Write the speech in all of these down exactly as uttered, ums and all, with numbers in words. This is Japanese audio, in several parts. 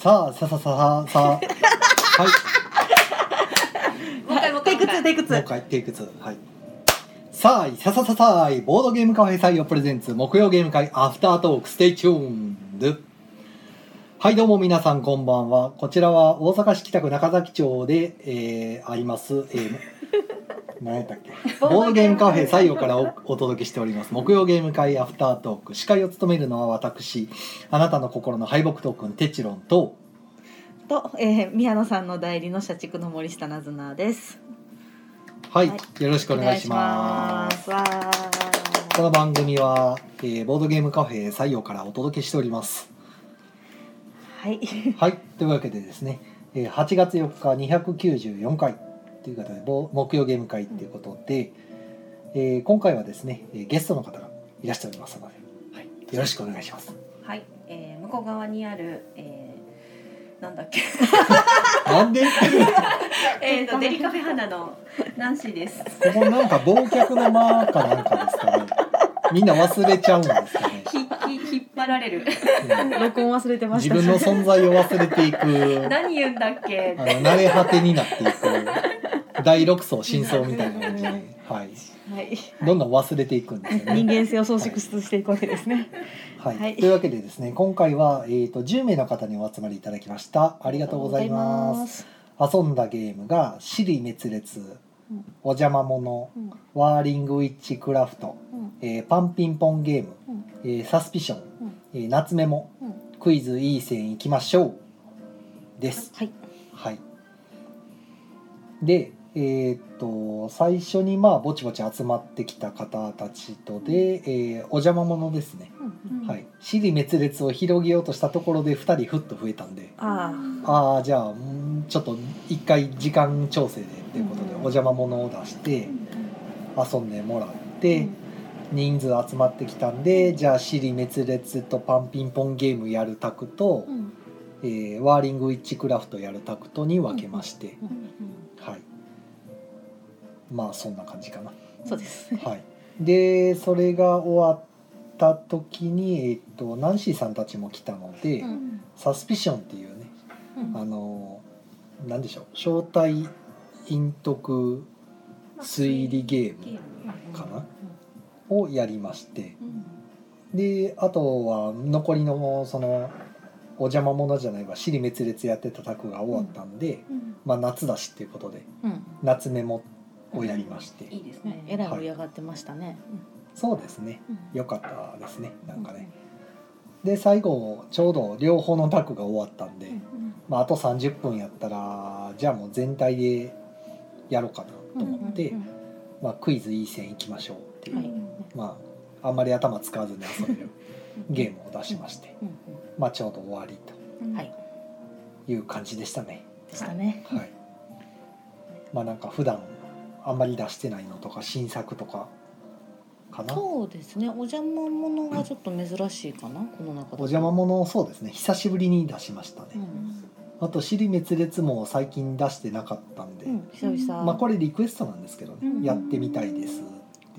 さあささささはいもう一回もう一回テイクツーテイクツもう一ー回テイクツーはいさあささささいボードゲームカフェ採用プレゼンツ木曜ゲーム会アフタートークステイチューンド。はいどうも皆さんこんばんは。こちらは大阪市北区中崎町で、えー、あります、えー、何やったっけボードゲームカフェ採用から お, お届けしております木曜ゲーム会アフタートーク。司会を務めるのは私あなたの心の敗北トークンテチロンとと、えー、宮野さんの代理の社畜の森下なずなです。 はい、 はい、 よろしくお願いします。 お願いします。 この番組は、えー、ボードゲームカフェ採用からお届けしております。 はいはい、というわけでですね、えー、はちがつよっかにひゃくきゅうじゅうよんかいということで木曜ゲーム会ということで、えー、今回はですねゲストの方がいらしておりますので、はい、よろしくお願いします。 はい、えー、向こう側にある、えー、なんだっけなんでえとデリカフェ花のナンシーです。 ここなんか忘却の間かなんかですかね。みんな忘れちゃうんですかね。 ひ引っ張られる、 うん、 録音忘れてました。 自分の存在を忘れていく何言うんだっけあの慣れ果てになっていく第六層真相みたいな感じで、はいはい、 どんどん忘れていくんですよね。 人間性を創出していくわけですね。 はい、 はい、 というわけでですね今回は、えーと、じゅうめいの方にお集まりいただきました。ありがとうございます。遊んだゲームが支離滅裂、うん、お邪魔者、うん、ワーリングウィッチクラフト、うんえー、パンピンポンゲーム、うんえー、サスピション、うんえー、夏メモ、うん、クイズいい線いきましょうです。 はい、 はい、でえー、っと最初にまあぼちぼち集まってきた方たちとで、えー、お邪魔者ですね、うんうんはい、支離滅裂を広げようとしたところでふたりふっと増えたんでああじゃあちょっと一回時間調整でっていうことで、うんうん、お邪魔者を出して遊んでもらって、うん、人数集まってきたんでじゃあ支離滅裂とパンピンポンゲームやるタクと、うんえー、ワーリングウィッチクラフトやるタクトに分けまして、うんうんうん、はいまあそんな感じかな。 そうです。 はい。でそれが終わった時にえっとナンシーさんたちも来たので、うん、サスピションっていうね、うん、あのなんでしょう正体陰徳推理ゲームかな、うん、をやりまして、うん、であとは残りのそのお邪魔者じゃないわ支離滅裂やってたタクが終わったんで、うん、まあ夏だしっていうことで、うん、夏メモをやりまして、 いいですね。 えらい盛り上がってましたね。はい、 そうですね。良かったですね。なんかね。で最後ちょうど両方のタクが終わったんで、うんまああとさんじゅっぷんやったらじゃあもう全体でやろうかなと思って、うんうんうん、まあクイズいい線いきましょうっていう、はい、まああんまり頭使わずに遊べるゲームを出しまして、うんうん、まあちょうど終わりという感じでしたね。 でしたね。 はい。まあなんか普段あんまり出してないのとか新作とかかな。 そうですね。お邪魔者がちょっと珍しいかな、うん、この中で。 お邪魔者そうですね。久しぶりに出しましたね。うん、あと支離滅裂も最近出してなかったんで、うん、 久々。 まあこれリクエストなんですけどね。うん、やってみたいですって。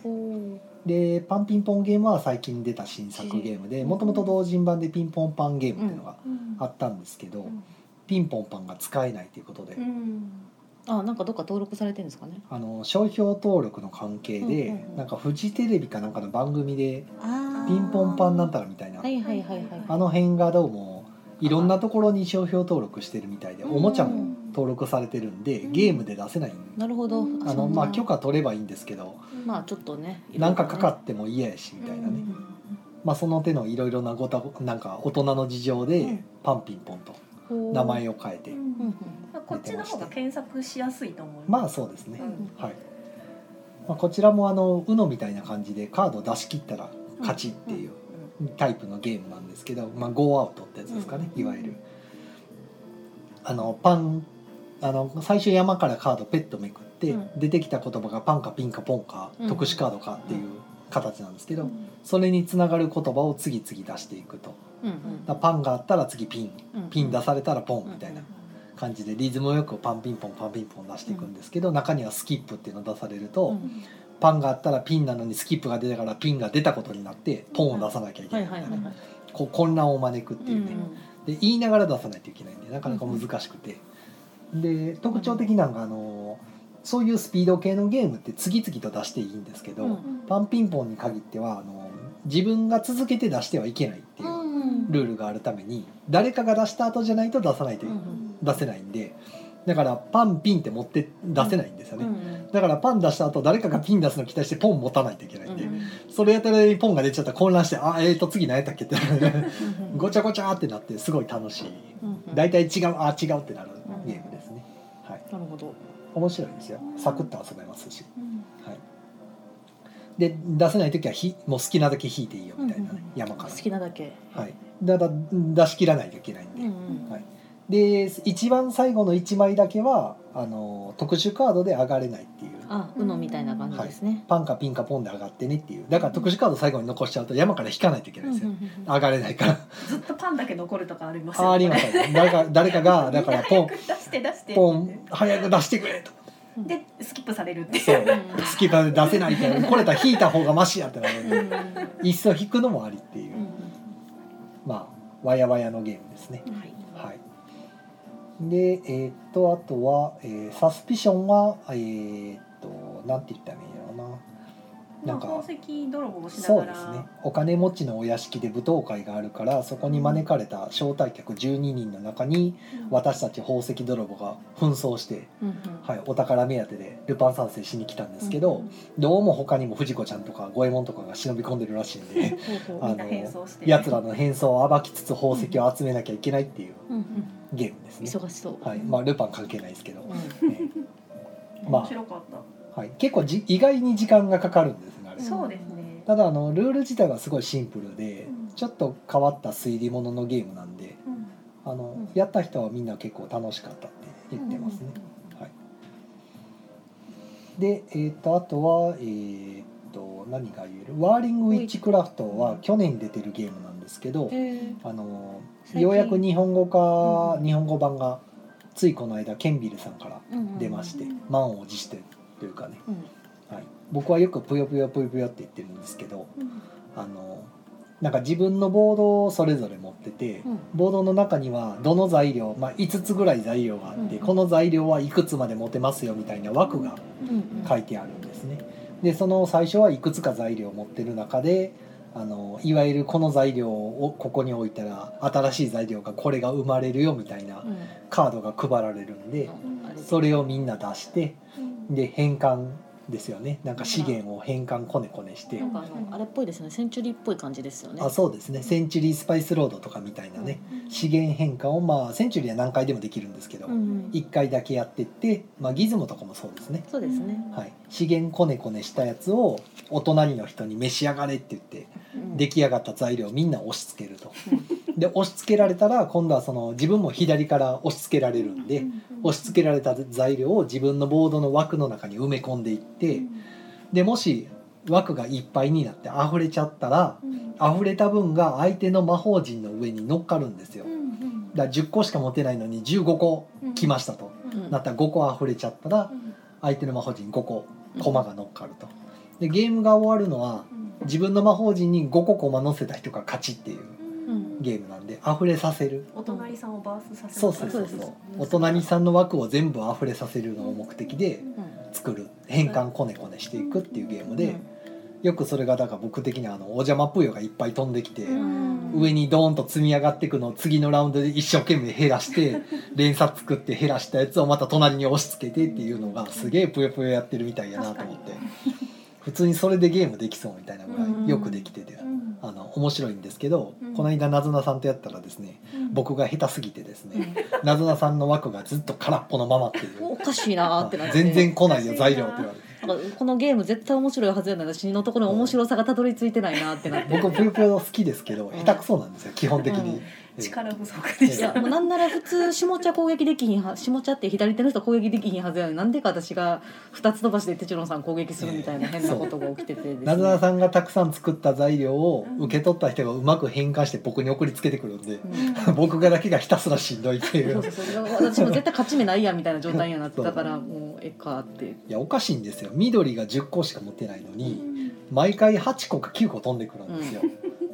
でパンピンポンゲームは最近出た新作ゲームで、もともと同人版でピンポンパンゲームっていうのがあったんですけど、うん、ピンポンパンが使えないということで。うんあなんかどっか登録されてるんですかね。 あの商標登録の関係で、うんうんうん、なんかフジテレビかなんかの番組でピンポンパンなんたらみたいな、 はいはいはいはい、 あの辺がどうもいろんなところに商標登録してるみたいで、おもちゃも登録されてるんで、うん、ゲームで出せないんで、 なるほど。 あのまあ許可取ればいいんですけど、 まあちょっとねなんかかかっても嫌やしみたいなね、うん、まあその手のいろいろなごたなんか大人の事情でパンピンポンと名前を変えて、うんうん、 こっちの方が検索しやすいと思う。 まあそうですね、うんはいまあ、こちらもあの ウノ みたいな感じでカード出し切ったら勝ちっていうタイプのゲームなんですけど、まあ、ゴーアウトってやつですかね、いわゆるあのパンあの最初山からカードペットめくって、うん、出てきた言葉がパンかピンかポンか、うん、特殊カードかっていう形なんですけど、うん、それにつながる言葉を次々出していくと、うんうん、だパンがあったら次ピン、うん、ピン出されたらポンみたいな感じでリズムよくパンピンポンパンピンポン出していくんですけど、うん、中にはスキップっていうのを出されると、うん、パンがあったらピンなのにスキップが出たからピンが出たことになってポンを出さなきゃいけないみたいな混乱を招くっていうね、うんうん、 で言いながら出さないといけないんでなかなか難しくて、で特徴的なのがあのそういうスピード系のゲームって次々と出していいんですけど、 うんパンピンポンに限ってはあの自分が続けて出してはいけないっていうルールがあるために誰かが出した後じゃないと出さないと、 うんうん出せないんで、だからパンピンって持って出せないんですよね、 うんうんだからパン出した後誰かがピン出すの期待してポン持たないといけないんで、 うんそれやったらポンが出ちゃったら混乱してあえーと次何やったっけってうんごちゃごちゃってなってすごい楽しい、 うん大体違うあ違うってなるゲームですね、はい、 なるほど。 面白いですよ、サクッと遊べますし、 うんはい、で出せない時はひもう好きなだけ引いていいよみたいなね、 うんうん山から好きなだけ。 はい、だだ出し切らないといけないんで、 うんうんはい、で一番最後のいちまいだけはあの特殊カードで上がれないっていう、 あ、うのみたいな感じですね。 パンかピンかポンで上がってねっていう、だから特殊カード最後に残しちゃうと山から引かないといけないんですよ、 うんうんうん上がれないからずっとパンだけ残るとかありますよね。 あありますね誰か誰かがだからポン出して出してポン早く出してくれとでスキップされるってそういう。 好きかで出せないからこれたら引いた方がマシやってなるんで、 うんいっそ引くのもありっていう、 うんまあわやわやのゲームですね、 はいはい、でえーっとあとは、えーサスピションはえーっとなんて言ったらいいんやろうななんかまあ、宝石泥棒をしながら。 そうですね、お金持ちのお屋敷で舞踏会があるからそこに招かれた招待客じゅうににんの中にうん私たち宝石泥棒が紛争して、 うんうんはい、お宝目当てでルパン三世しに来たんですけど、 うんどうも他にも藤子ちゃんとか五右衛門とかが忍び込んでるらしいんでほうほうあみんな変装してのやつらの変装を暴きつつ宝石を集めなきゃいけないっていううんうんゲームですね、 忙しそう。 はいまあ、ルパン関係ないですけど、 うんええま面白かった。 あはい、結構じ意外に時間がかかるんですねあれ、 んそうですね。 ただあのルール自体はすごいシンプルで、 うんちょっと変わった推理もののゲームなんでうんあの、 うんやった人はみんな結構楽しかったって言ってますね、はい、で、えー、とあとは、えー、と何が言えるワーリング・ウィッチクラフトは去年出てるゲームなんですけど、 へーあの最近ようやく日本語化、 うん日本語版がついこの間ケンビルさんから出まして、 うん満を持してというかね、 うんはい、僕はよくぷよぷよぷよぷよって言ってるんですけどうんあのなんか自分のボードをそれぞれ持ってて、 うんボードの中にはどの材料、まあ、いつつぐらい材料があって、 うんこの材料はいくつまで持てますよみたいな枠がうんうん書いてあるんですね。でその最初はいくつか材料を持ってる中であのいわゆるこの材料をここに置いたら新しい材料がこれが生まれるよみたいなうんカードが配られるんで、 うんあれそれをみんな出してうんで変換ですよね。なんか資源を変換コネコネして、 なんかあのあれっぽいですね。センチュリーっぽい感じですよね。 あそうですねセンチュリースパイスロードとかみたいなね、 うん資源変換をまあセンチュリーは何回でもできるんですけど、 うんうんいっかいだけやってって、まあ、ギズモとかもそうですね、 そうですね。 はい、資源コネコネしたやつをお隣の人に召し上がれって言ってうん出来上がった材料をみんな押し付けるとうんで押し付けられたら今度はその自分も左から押し付けられるんでうん押し付けられた材料を自分のボードの枠の中に埋め込んでいってでもし枠がいっぱいになって溢れちゃったらうん溢れた分が相手の魔法陣の上に乗っかるんですよ。 うんだからじゅっこしか持てないのにじゅうごこ来ましたとうんなったらごこ溢れちゃったらうん相手の魔法陣ごこ駒が乗っかるとでゲームが終わるのはうん自分の魔法陣にごこ駒乗せた人が勝ちっていううんゲームなんで溢れさせるお隣さんをバースさせるそうそうそうそうですお隣さんの枠を全部溢れさせるのを目的でうん作る変換コネコネしていくっていうゲームでうんよくそれがだから僕的にはあのお邪魔ぷよがいっぱい飛んできてうん上にドーンと積み上がっていくのを次のラウンドで一生懸命減らして連鎖作って減らしたやつをまた隣に押し付けてっていうのがすげえぷよぷよやってるみたいやなと思って普通にそれでゲームできそうみたいなぐらいよくできててうんあの面白いんですけどうんこの間なずなさんとやったらですねうん僕が下手すぎてですねなずなさんの枠がずっと空っぽのままっていうおかしいなーってなって全然来ないよ材料って言われて。 なんかこのゲーム絶対面白いはずやのに私のところに面白さがたどり着いてないなってなって僕ぷよぷよ好きですけどうん下手くそなんですよ基本的に、 うんええ力不足でしいやた。 もうなんなら普通下茶攻撃できひんは下茶って左手の人攻撃できひんはずやのになんでか私が二つ飛ばしでテチロンさん攻撃するみたいな変なことが起きててですねなずなさんがたくさん作った材料を受け取った人がうまく変換して僕に送りつけてくるんで、 うん僕がだけがひたすらしんどいっていそううそうそう私も絶対勝ち目ないやんみたいな状態にはなってたからもうええかっていやおかしいんですよ緑がじゅっこしか持ってないのにうん毎回はっこかきゅうこ飛んでくるんですよ、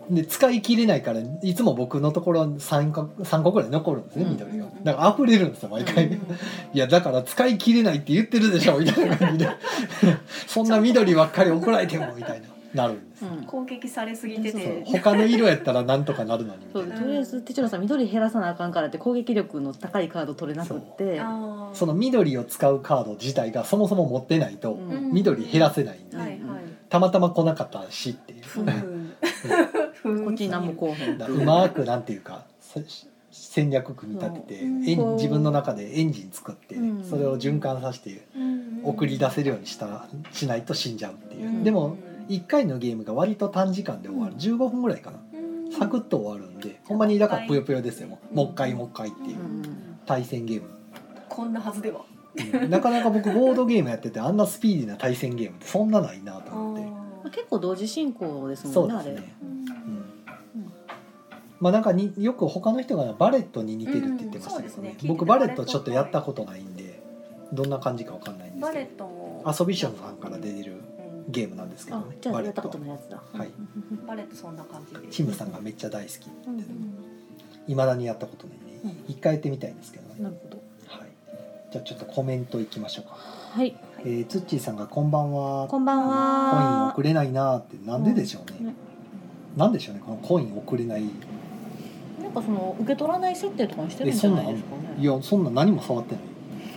で使い切れないからいつも僕のところさんこ、さんこぐらい残るんですね、 うん緑が。だから溢れるんですよ毎回、 うんいやだから使い切れないって言ってるでしょみたいな感じでそんな緑ばっかり送られてもみたいななるんです、 うん攻撃されすぎてそうて他の色やったらなんとかなるのにみたいな。 そうとりあえず哲郎さん緑減らさなあかんからって攻撃力の高いカード取れなくってあーその緑を使うカード自体がそもそも持ってないとうん緑減らせないんで、 はいはいたまたま来なかったしっていう、 ふんふんこっちに何もこうへんってだかいうらうまくなんていうかせ戦略組み立てて、 うんエンこう自分の中でエンジン作って、 うんそれを循環させてうん送り出せるようにしたしないと死んじゃうっていう、 うんでもいっかいのゲームが割と短時間で終わる、 うんじゅうごふんぐらいかな、 うんサクッと終わるんでほんまにだからぷよぷよですよ、もうもう一回もう一回っていううん対戦ゲーム、 こんなはずではうんなかなか僕ボードゲームやっててあんなスピーディーな対戦ゲームってそんなないなと思って。 まあ結構同時進行ですそもんねあれうですね、うんまあなんかによく他の人がバレットに似てるって言ってましたけどね、 うんそうですね僕バレットちょっとやったことないんでどんな感じかわかんないんですバレッけどトもアソビションさんから出てるうんゲームなんですけどあねじゃあやったバレットはことないやつだはいバレットそんな感じでチムさんがめっちゃ大好きうんいまだにやったことないねうん一回やってみたいんですけどね、 なるほどはい、じゃあちょっとコメントいきましょうか、 はいえー、ツッチーさんがこんばんはこんばんコインは送れないなーってなんででしょうね、 うんねなんでしょうねこのコイン送れない。 なんかその受け取らない設定とかにしてるえんじゃないですかねいやそんな何も触ってない。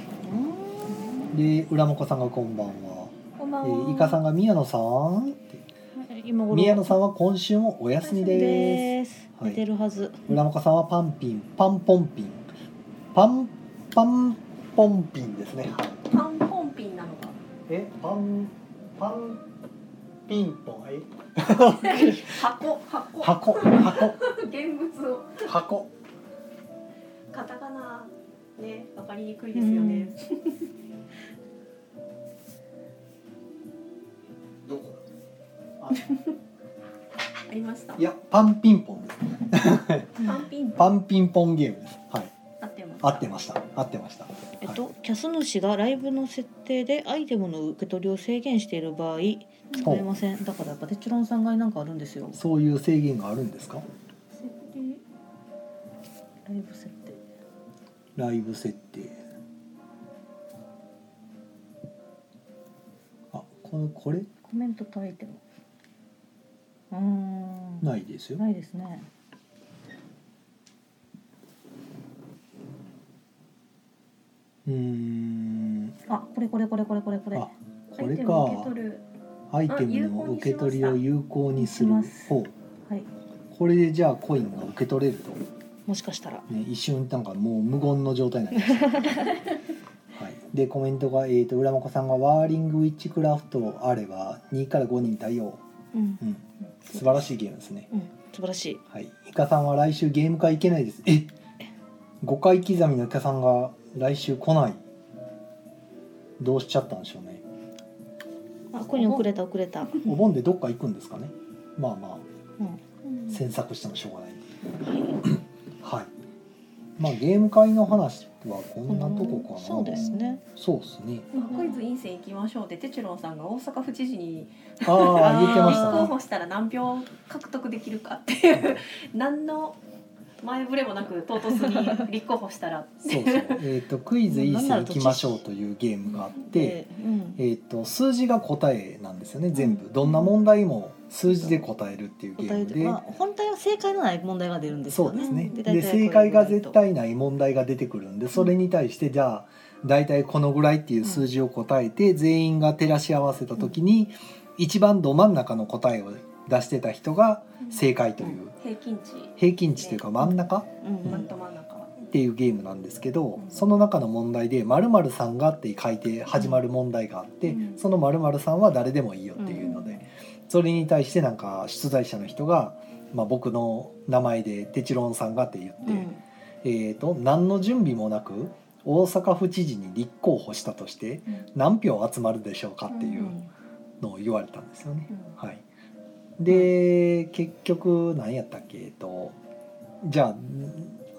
うんで浦本さんがこんばんは、 こんばんえー、イはカさんが宮野さんって今頃宮野さんは今週もお休みでですはい寝てるはずす。浦本さんはパンピンパンポンピンパンパンポンピンですね。はい。 パンポンピンなのかえパンパンピンポンえ箱箱箱箱現物を箱カタカナねわかりにくいですよねどこだ。あありましたいやパンピンポンです。 パンピンパンピンポンゲームです。はい。 合ってます合ってました合ってました。 えっと、キャス主がライブの設定でアイテムの受け取りを制限している場合使えません。だからやっぱテチロンさんがなんかあるんですよ。 そういう制限があるんですか。 ライブ設定。 ライブ設定。あ、これこれコメントとアイテム。うーん。 ないですよ。 ないですね。 うーん。 あ、これこれこれこれこれこれ。 あ、これアイテム受けか。 取るアイテムの受け取りを有効にするします方。 はい。 これでじゃあコインが受け取れると。 もしかしたら。 ね、一瞬なんかもう無言の状態になりました。はい。でコメントがえっ、と浦本さんがワーリングウィッチクラフトあればにからごにん対応。 うん。 うん。素晴らしいゲームですね。 うん。素晴らしい。 はい。イカさんは来週ゲーム会行けないです。え、ごかい刻みのイカさんが来週来ない。どうしちゃったんでしょうね。 あ、ここに遅れた遅れた。 お盆でどっか行くんですかね。まあまうん。 あ詮索してもしょうがないんで。はい。まあゲーム会の話はこんなとこかな。 そうですね。 そうですね。 まあクイズ陰線行きましょうってテチュロンさんが大阪府知事にああ言ってまし立たね。 候補したら何票獲得できるかっていう何の前触れもなく唐突に立候補したらそうそう。えっ、とクイズいい線行きましょうというゲームがあって。 で、うん。 えー、と数字が答えなんですよね全部、どんな問題も数字で答えるっていうゲ答えて、 ームで、 まあ本当は正解のない問題が出るんですよね。 そうですねでで正解が絶対ない問題が出てくるんでそれに対してじゃあ大体このぐらいっていう数字を答えて、全員が照らし合わせた時に、一番ど真ん中の答えを出してた人が正解という、 平均値平均値というか真ん中うん真んと真ん中っていうゲームなんですけど、 うんその中の問題で〇〇さんがって書いて始まる問題があって、 うんその〇〇さんは誰でもいいよっていうので、それに対してなんか出題者の人が、まあ、僕の名前でテチロンさんがって言って、 うんえー、と何の準備もなく大阪府知事に立候補したとして何票集まるでしょうかっていうのを言われたんですよね。 うんはい、で結局何やったっけ、えー、とじゃあ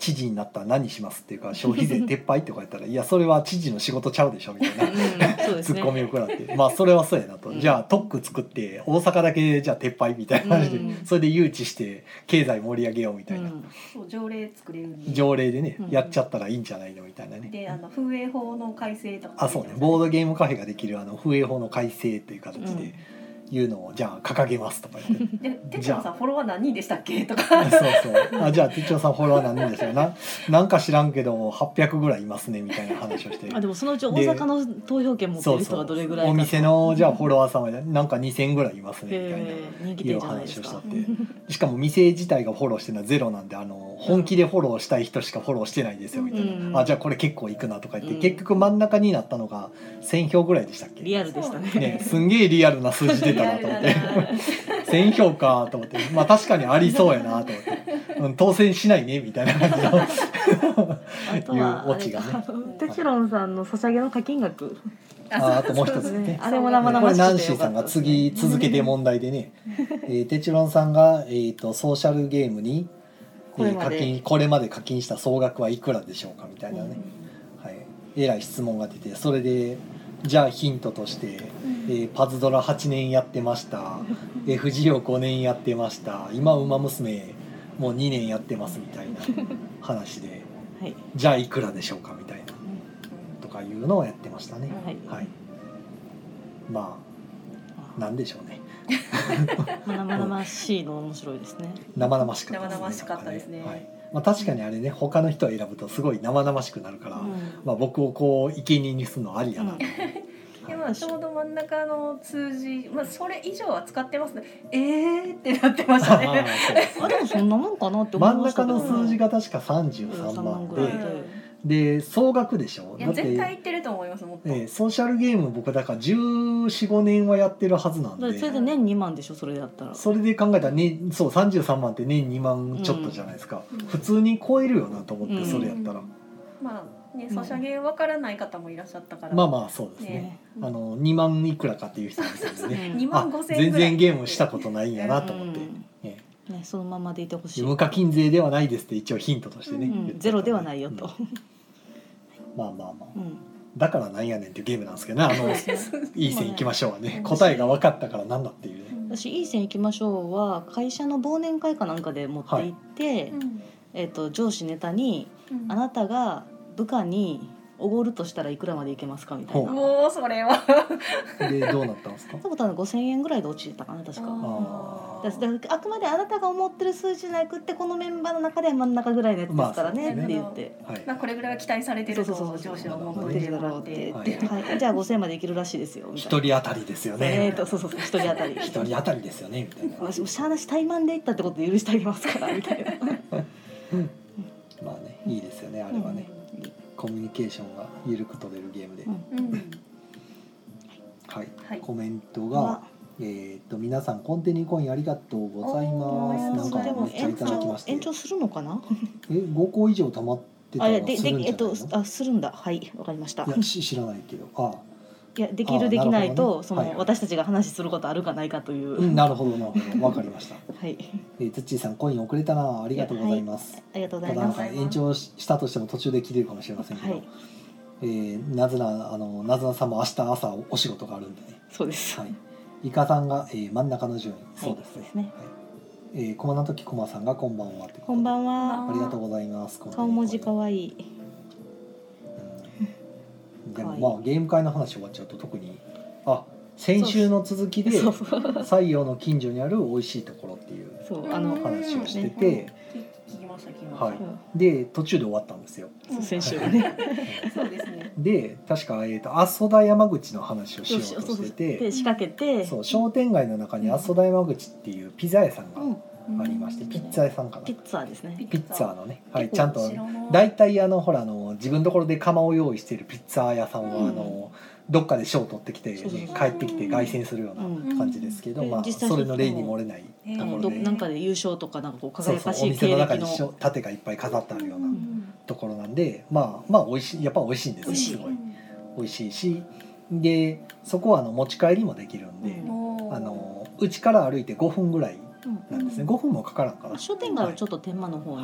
知事になったら何しますっていうか消費税撤廃とか言ったらいやそれは知事の仕事ちゃうでしょみたいなうんそうですねツッコミを食らってまあそれはそうやなと、 うんじゃあ特区作って大阪だけじゃあ撤廃みたいな感じで、 うんそれで誘致して経済盛り上げようみたいな、 うんそう条例作れるんで条例でね、 うんやっちゃったらいいんじゃないのみたいなね。 であの風営法の改正とかあそうねボードゲームカフェができるあの風営法の改正という形でいうのをじゃあ掲げますとか言ってでてっちゃんさんフォロワー何人でしたっけとかそうそうあじゃあてっちょうさんフォロワー何人でしょうななんか知らんけどはっぴゃくぐらいいますねみたいな話をしてあでもそのうち大阪の投票権持ってる人がどれぐらいかお店のじゃあフォロワーさんはなんかにせんぐらいいますねみたいなへー人気いう店じゃないですか話をしたってしかも店自体がフォローしてるのはゼロなんであの本気でフォローしたい人しかフォローしてないですよみたいな、 うんあじゃあこれ結構いくなとか言って、 うん結局真ん中になったのがせん票ぐらいでしたっけリアルでしたねね、すんげえリアルな数字出たなと思ってせん票かと思ってまあ確かにありそうやなと思って、うん、当選しないねみたいな感じのあとはいうオチがねあのテチロンさんのソシャゲの課金額ああともう一つねあれも生これ 々しくてよかったですねナンシーさんが次続けて問題でね、えー、テチロンさんが、えー、とソーシャルゲームに、えーこれまで課金これまで課金した総額はいくらでしょうかみたいなね、はい、えらい質問が出てそれでじゃあヒントとして、えーパズドラはちねんやってました F ジオごねんやってました今ウマ娘もうにねんやってますみたいな話ではいじゃあいくらでしょうかみたいなとかいうのをやってましたね、 はいはい、まあなんでしょうねまあ生々しいの面白いですね生々しかったですね生々しかったですねなんかはいまあ、確かにあれね他の人を選ぶとすごい生々しくなるから、 うんまあ、僕をこう生贄にするのありやなと、 でまあちょうど真ん中の数字、まあ、それ以上は使ってますねえーってなってましたあねーそうですあでもそんなもんかなって思い真んましたけど中の数字が確かさんじゅうさんまんで、 ぐらいでで総額でしょいやだって絶対いってると思いますもっと、 えーソーシャルゲーム僕だからじゅうよん、ごねんはやってるはずなんでだからそれで年にまんでしょそれだったらそれで考えたら、ね、そうさんじゅうさんまんって年にまんちょっとじゃないですか、 うん普通に超えるよなと思って、 うんそれやったら、 まあねソシャゲわからない方もいらっしゃったからまあまあそうですねねあのにまんいくらかっていう人もいるんでねうんにまんごせん円全ぐらい然ゲームしたことないんやなと思って、 うんねねそのままでいてほしい、 無課金税ではないですって一応ヒントとしてね、 うん、ゼロではないよと、 うんまあまあまあ、 うんだからなんやねんっていうゲームなんですけどねあのいい線いきましょうはねうん答えが分かったからなんだっていうね私いい線いきましょうは会社の忘年会かなんかで持って行って、 うんえっと上司ネタにうんあなたが部下におごるとしたらいくらまでいけますかみたいな。 もうそれはでどうなったんですかそのことはごせんえんぐらいで落ちてたかな確か。 あだからあくまであなたが思ってる数字じゃなくってこのメンバーの中では真ん中ぐらいのやつですからねまあって言って。 はいまあこれぐらいは期待されてるとそうそうそう上司は思っていてもらってはいはい、じゃあごせんえんまでいけるらしいですよみたいな。 一人当たりですよねえーとそうそうそう一人当たり。 一人当たりですよねみたいな私もしゃあなし怠慢で行ったってことで許してあげますからみたいな。 まあねいいですよねあれはね、コミュニケーションが緩く取れるゲームで、 うんうんはい、 はいコメントがえー、っと皆さんコンティニューコインありがとうございますなんかでもめっちゃい延ただきまして長延長するのかな。 えごこ以上貯まってたらあいやでするんじゃないでえっとのあするんだはいわかりました。 いやし知らないけどあいやできあーるできないなるほどとその、 ねはいはい私たちが話することあるかないかという、 うんなるほどなるほどわかりました、 はいえー、つっちーさんコイン遅れたなありがとうございます、 ありがとうごたざいます。 だなんか延長したとしても途中で切れるかもしれませんけど、 はいえーなずなあのなずなさんも明日朝お仕事があるんでねそうです。 はいイカさんが、えー真ん中の順位そうですね,、 そうですねはいえー、駒の時駒さんがこんばんはってことでこんばんは。 ありがとうございます顔文字可愛い。 うんでもかわいいまあゲーム会の話終わっちゃうと特にあ先週の続きでそうそう西洋の近所にある美味しいところっていうそうあの話をしてて、 聞きました聞きました、 はいで途中で終わったんですよそう先週がね。 そうですねで確か、えー、と阿蘇田山口の話をしようとしててで仕掛けて。 そう商店街の中に阿蘇田山口っていうピザ屋さんうんがありまして、ピッツァ屋さんかなピッツァですね。 ピッツァのね、はい、 結構ちゃんと知らない大体あのほらあの自分のところで窯を用意しているピッツァ屋さんは、 うんあのどっかで賞を取ってきて、ねそうそうそう帰ってきて凱旋するよううな感じですけど、まあ、 うん実際それの例に漏れないうんところで、 どなんかで優勝とかなんかこうそうそうお輝かしい店の中に経歴の。 しょ盾がいっぱい飾ってあるようなうんところなんで、まあまあ美味しいやっぱ美味しいんですよ美味しいすごい美味しいしでそこはあの持ち帰りもできるんで、 うんもうあのうちから歩いてごふんぐらいうんなんですね、ごふんもかからんかな商店街はちょっと天満の方に、 はい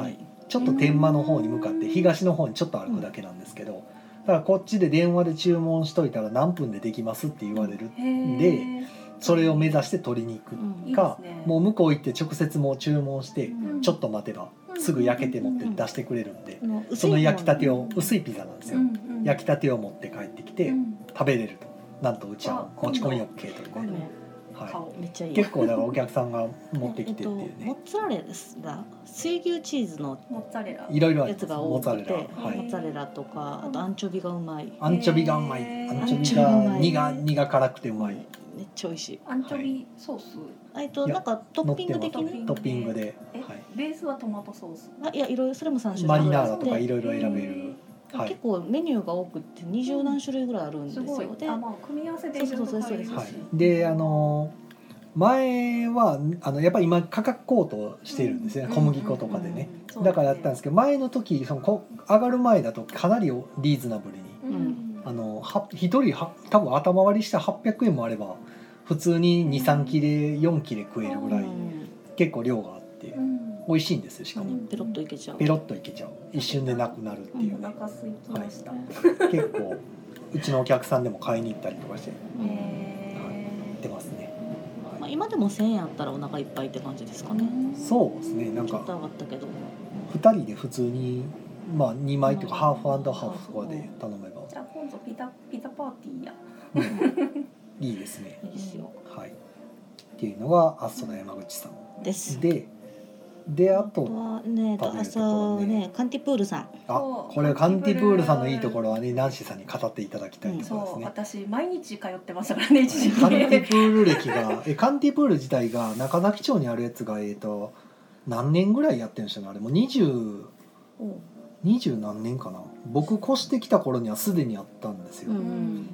ちょっと天満の方に向かって東の方にちょっと歩くだけなんですけど、だからこっちで電話で注文しといたら何分でできますって言われるんで、それを目指して取りに行くか、もう向こう行って直接もう注文してちょっと待てばすぐ焼けて持って出してくれるんで、その焼きたてを、薄いピザなんですよ、焼きたてを持って帰ってきて食べれると。なんとうちは持ち込み OK というね、はい、 めっちゃいい。 結構だからお客さんが持ってきてっていうね、 モッツァレラ、水牛チーズのモッツァレラいろいろあるやつが多くて、 はい、 モッツァレラとか、あとアンチョビがうまい。 アンチョビがうまい。アンチョビが苦苦辛くてうまい。 めっちゃ美味しい。 アンチョビソース。 えっとなんかトッピング的にトッピングで、 はい、ベースはトマトソース。 あ、いやいろいろそれも三種類。 マリナーラとかいろいろ選べる。 はい、結構メニューが多くて二十何種類ぐらいあるんですよ。 で、あ、まあ組み合わせでそうそうそうです。 はい。で、あの前はあのやっぱり今価格高騰してるんですよね、小麦粉とかでね。だからやったんですけど、前の時そのこ上がる前だとかなりリーズナブルに、うん、あの一人は多分頭割りしたはっぴゃくえんもあれば普通にに、さん切れよん切れ食えるぐらい結構量があって。美味しいんですよ。しかもペロッといけちゃう。 ペロッといけちゃう。一瞬でなくなるっていう、ね。 お腹空いてました。はい、 結構うちのお客さんでも買いに行ったりとかして、出ますね。 まあ今でもせんえんあったらお腹いっぱいって感じですかね。 そうですね。なんかちょっと上がったけど。 二人で普通にまあ二枚とかハーフアンドハーフとかで頼めば。 じゃあ今度ピザピザパーティーや。 うん、いいですね。 いいですよ。 はい。っていうのがアストラ山口さんです。 で。であとはね、あそうね、カンティプールさん。 あ、これカンティプールさんのいいところはね、ナンシーさんに語っていただきたいところですね。 そう、私毎日通ってましたからね、一時期。 カンティプール歴が、えカンティプール自体が中崎町にあるやつがえっと何年ぐらいやってるんでしょうね。あれもう二十二十何年かな。僕越してきた頃にはすでにあったんですよ。うん、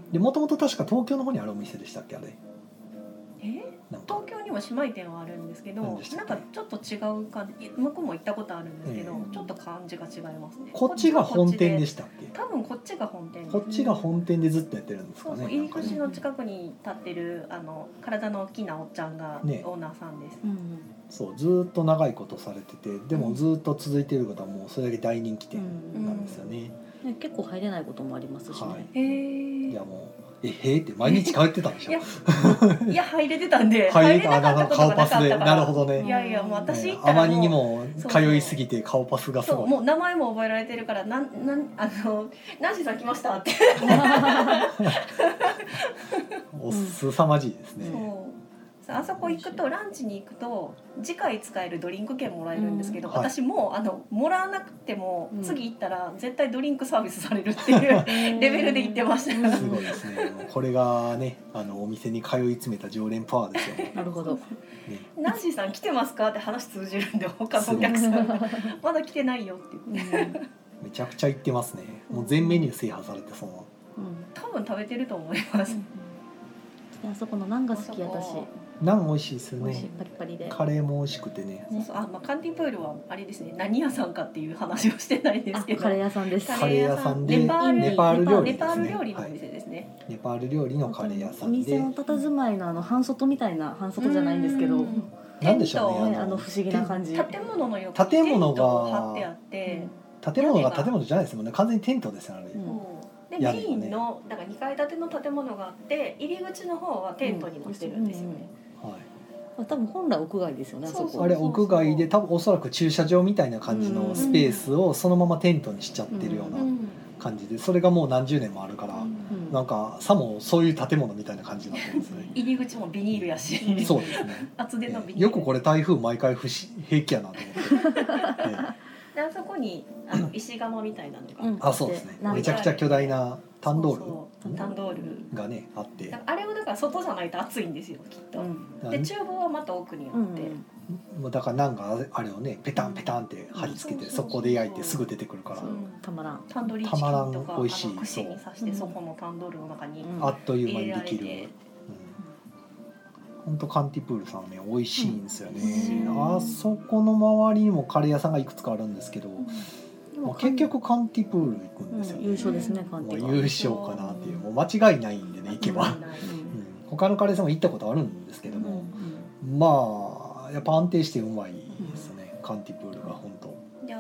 で、もともと確か東京の方にあるお店でしたっけあれ。 え？東京にも姉妹店はあるんですけど、なんかちょっと違う感じ。向こうも行ったことあるんですけど、えー、ちょっと感じが違いますね。 こっちが本店でしたっけ？ 多分こっちが本店。 こっちが本店でずっとやってるんですかね。 そうそう、入り口の近くに立ってるあの体の大きなおっちゃんがオーナーさんです。ね、うん、 そうずっと長いことされてて、でもずっと続いている方はもうそれだけ大人気店なんですよね。 うんうん、結構入れないこともありますしね。はい、 へえ。 いやもう。えへーって毎日通ってたんでしょ。いや、 いや入れてたんで。 入れてたあの顔パスで、なるほどね。 いやいやもう私行ったらもうあまりにも通いすぎて顔パスがすごい。 そうもう名前も覚えられてるからなんなんあのナンシーさん来ましたって。 おすさまじいですね。 そうあそこ行くとランチに行くと次回使えるドリンク券もらえるんですけど、うん、私もうあのもらわなくても次行ったら絶対ドリンクサービスされるっていうレベルで行ってました。 すごいですね。これがねあのお店に通い詰めた常連パワーですよね。 なるほど。 ね、ナンシーさん来てますかって話通じるんで他のお客さんがまだ来てないよって言って、うん、 めちゃくちゃ行ってますね。もう全メニュー制覇されてその、 うん、多分食べてると思います。 うん、あそこのナンが好き私。 ナン美味しいですよね。 パリパリで。 カレーも美味しくてね。 そうそう、あ、まあカンティプールはあれですね。何屋さんかっていう話をしてないですけど。 カレー屋さんです。 カレー屋さんでネパール料理ですね。ネパール料理のお店ですね。はい、ネパール料理のカレー屋さんで。お店の佇まいのあの半外みたいな半外じゃないんですけど。 なんでしょうね。 あの不思議な感じ。 建物の横に建物が貼ってあって、 建物が建物じゃないですもんね。完全にテントですよね。 でメインのだからにかい建ての建物があって入り口の方はテントになってるんですよね。 はい。 多分本来屋外ですよね。 そうそうそう、 あれ屋外で多分おそらく駐車場みたいな感じのスペースをそのままテントにしちゃってるような感じで、それがもう何十年もあるから、うん、なんかさもそういう建物みたいな感じになってるんですね。 入り口もビニールやし、 そうですね。 厚手のビニール。 よくこれ台風毎回不平気やなと思って。 であそこにあの石窯みたいなのが、 うん、あそうですね。めちゃくちゃ巨大なタンドール。そうそうタンドールがねあって。 あれはだから外じゃないと暑いんですよきっと。うん、で厨房はまた奥にあって。 もうだからなんかあれをねペタンペタンって貼り付けてそこで焼いてすぐ出てくるから。 たまらん。 タンドリーチキンとか美味しい。串に刺してそこのタンドールの中にあっという間にできる。本当カンティプールさんね美味しいんですよね、うん、あそこの周りにもカレー屋さんがいくつかあるんですけど、うん、もう結局カンティプール行くんですよね、 うん、優勝ですねカンティもう優勝かなっていうもう間違いないんでね行けば、うんうん、他のカレー屋さんも行ったことあるんですけども、うんうん、まあやっぱ安定してうまいですね、うん、カンティプールが本当。 であ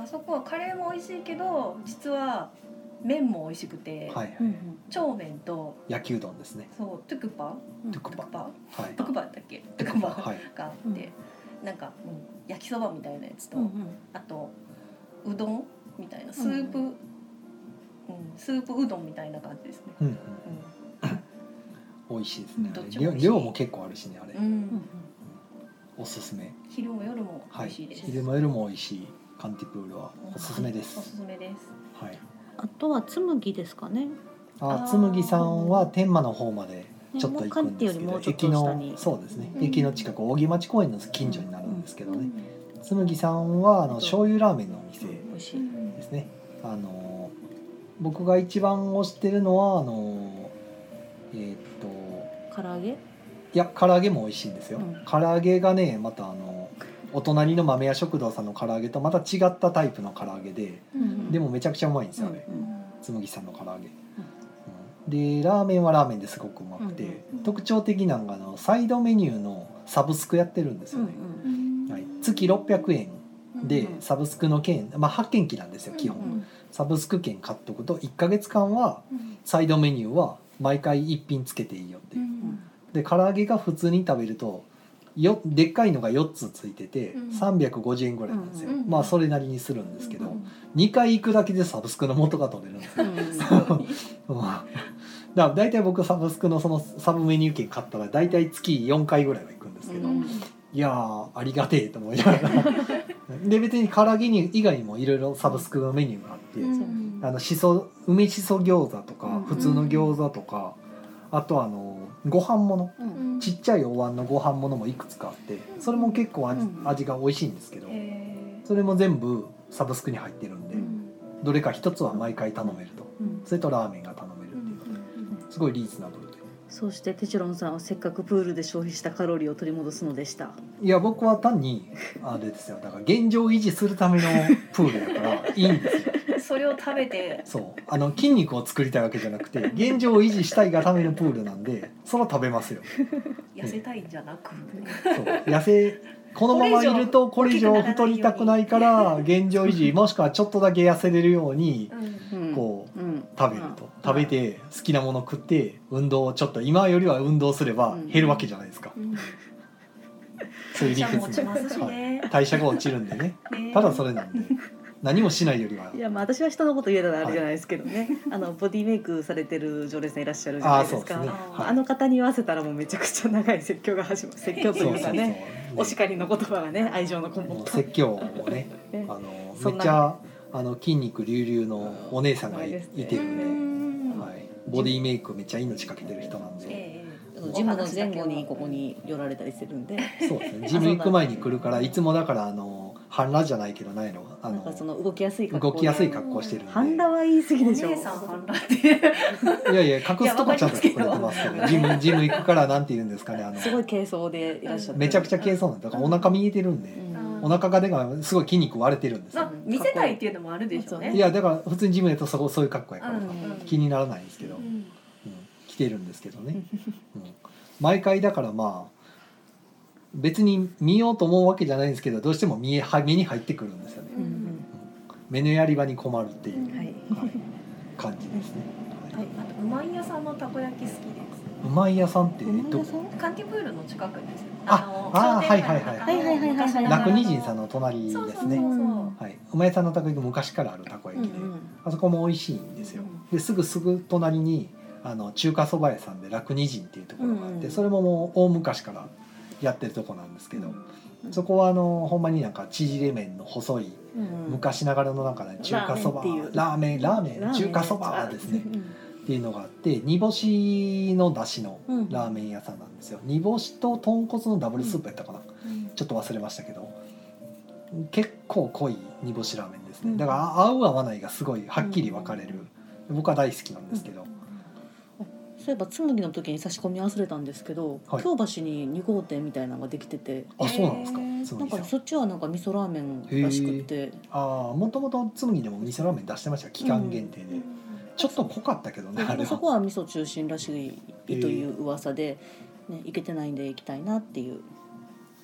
あそこはカレーも美味しいけど実は麺も美味しくて、 はいはい、 超麺と焼きうどんですね。 そうトゥクパトゥクパ、 トゥクパはい、 トゥクパだったっけトゥクパはいがあって、なんか、うん、焼きそばみたいなやつと、 うんうんあとうどんみたいなスープ、うんうん、スープうどんみたいな感じですね。 うんうん、 うん、 美味しいですね。 どっちも美味しい量も結構あるしねあれ、 うん、 おすすめ。 昼も夜も美はい、 味しいです。 昼も夜も美味しいカンティプールはおすすめです。 おすすめです。 はい。 あとは紬ですかね。 あ、つむぎさんは天満の方までちょっと行くんですけど、 ねもう関駅のってよりもうちょっと下にそうですね、 うん、 駅の近く扇町公園の近所になるんですけどね。 うん、 つむぎさんはあの醤油ラーメンのお店美味しい。 ですね。あの僕が一番推してるのはあのえーっと唐揚げ？ いや唐揚げも美味しいんですよ。 うん唐揚げがねまたあのお隣の豆屋食堂さんの唐揚げとまた違ったタイプの唐揚げで、 うんでもめちゃくちゃうまいんですよね。 うんつむぎさんの唐揚げ。でラーメンはラーメンですごくうまくて、 うん特徴的なのがあのサイドメニューのサブスクやってるんですよね。 うんはい、月ろっぴゃくえんでうんサブスクの券、まあ、発券機なんですよ基本、 うんサブスク券買っとくといっかげつかんはうんサイドメニューは毎回いっぴんつけていいよっていう。 うんで唐揚げが普通に食べるとよでっかいのがよっつついててうんさんびゃくごじゅうえんぐらいなんですよ、 うんまあそれなりにするんですけど、 うんにかい行くだけでサブスクの元が取れるんですよ、 うんうんだから大体僕サブスクのそのサブメニュー券買ったら大体月よんかいぐらいは行くんですけど、 うんいやーありがてえと思いながらで別に唐揚げに以外にもいろいろサブスクのメニューがあって、 うんあのしそ梅しそ餃子とか、 うん普通の餃子とかあとあのご飯ものうんちっちゃいお椀のご飯ものもいくつかあってそれも結構味,、 うん味が美味しいんですけどへそれも全部サブスクに入ってるんで、 うんどれか一つは毎回頼めるとうんそれとラーメンが頼めるっていうすごいリーズナブルで。 そしてテチロンさんはせっかくプールで消費したカロリーを取り戻すのでした。 いや僕は単にあれですよだから現状維持するためのプールだからいいんですよ。 ーそれを食べてそうあの筋肉を作りたいわけじゃなくて現状維持したいがためのプールなんでそれは食べますよ。 痩せたいんじゃなく、 そう痩せこのままいるとこれ以上太りたくないから現状維持もしくはちょっとだけ痩せれるようにうんうんこううん食べると食べて好きなもの食って運動をちょっと今よりは運動すれば減るわけじゃないですか。 うんそういう理代謝も屈で、 落ちますしねはい、代謝が落ちるんでねねただそれなんで何もしないよりはいやまあ私は人のこと言えたらあれじゃないですけどね、あのボディメイクされてる常連さんいらっしゃるじゃないですか。 あーそうですねはいあの方に言わせたらもうめちゃくちゃ長い説教が始まる説教というかねそうお叱りの言葉がね愛情のこもったもう説教をねねあのそんなめっちゃあの筋肉隆々のお姉さんがい,、いてるんで、 うんはい、ボディメイクめっちゃ命かけてる人なんで、 ええジムの前後にここに寄られたりするんでそうですねジム行く前に来るからいつもだからあの半裸じゃないけどないのあなんかそのの動きやすい格好動きやすい格好してるんでハンダは言い過ぎおでしょ。 姉さん半裸っていやいや隠すとこちゃんと隠れてますけどジムジム行くからなんて言うんですかねあのすごい軽装でいらっしゃってめちゃくちゃ軽装なんでだからお腹見えてるんで、 うんお腹がでかいすごい筋肉割れてるんですよ、 まあ見せたいっていうのもあるでしょうね。 いやだから普通にジムやとそこそういう格好やから、 うん気にならないんですけど、うんうん着てるんですけどね、うん、毎回だからまあ別に見ようと思うわけじゃないんですけどどうしても見えは目に入ってくるんですよね、 うんうん目のやり場に困るっていう、 うんはいはい、感じですね、ははいい、あとうまい屋さんのたこ焼き好きです。 うまい屋さんってうまいど屋さんカンティプールの近くです。 ああーはいはいはいはいはいはいはいはい楽二人さんの隣ですそうそうそうねそう。 はい、うまい屋さんのたこ焼き昔からあるたこ焼きで、 うんうんあそこも美味しいんですよ、ですぐすぐ隣にあの中華そば屋さんで楽二人っていうところがあって、 うんうんそれももう大昔からやってるとこなんですけど、 うんそこはあのほんまになんか縮れ麺の細いうん昔ながらのなんかね中華そばラーメンっていうラーメンラーメン中華そばですねっていうのがあって煮干しの出汁のうんラーメン屋さんなんですよ。煮干しと豚骨のダブルスープやったかな、ちょっと忘れましたけど結構濃い煮干しラーメンですね。だから合う合わないがすごいはっきり分かれる、僕は大好きなんですけど、 そういえば紬の時に差し込み忘れたんですけど、 はい京橋にに号店みたいなのができてて、 あそうなんですかへーつむぎさん。 なんかそっちはなんか味噌ラーメンらしくって、 ああもともとつむぎでも味噌ラーメン出してましたよ期間限定で、ちょっと濃かったけどねあれそはこは味噌中心らしいという噂で、ね、行けてないんで行きたいなっていう。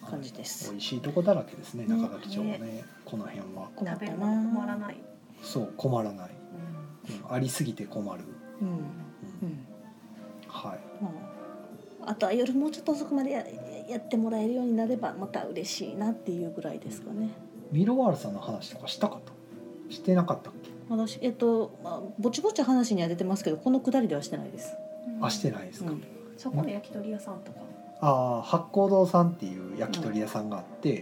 感じです。 美味しいとこだらけですね、 ね中垣町はね、この辺は。 困った食べるの困らな。 ない。 そう困らない、 うんうん、ありすぎて困る、 うんうんうん。 はいまあ、あとは夜もうちょっと遅くまで や, やってもらえるようになればまた嬉しいなっていうぐらいですかね。 ミロワールさんの話とかしたかったしてなかったっけ？ 私えっと、まあ、ぼちぼち話には出てますけどこのくだりではしてないです。 あしてないですか、 うんそこの焼き鳥屋さんとか。 あ八甲堂さんっていう焼き鳥屋さんがあって、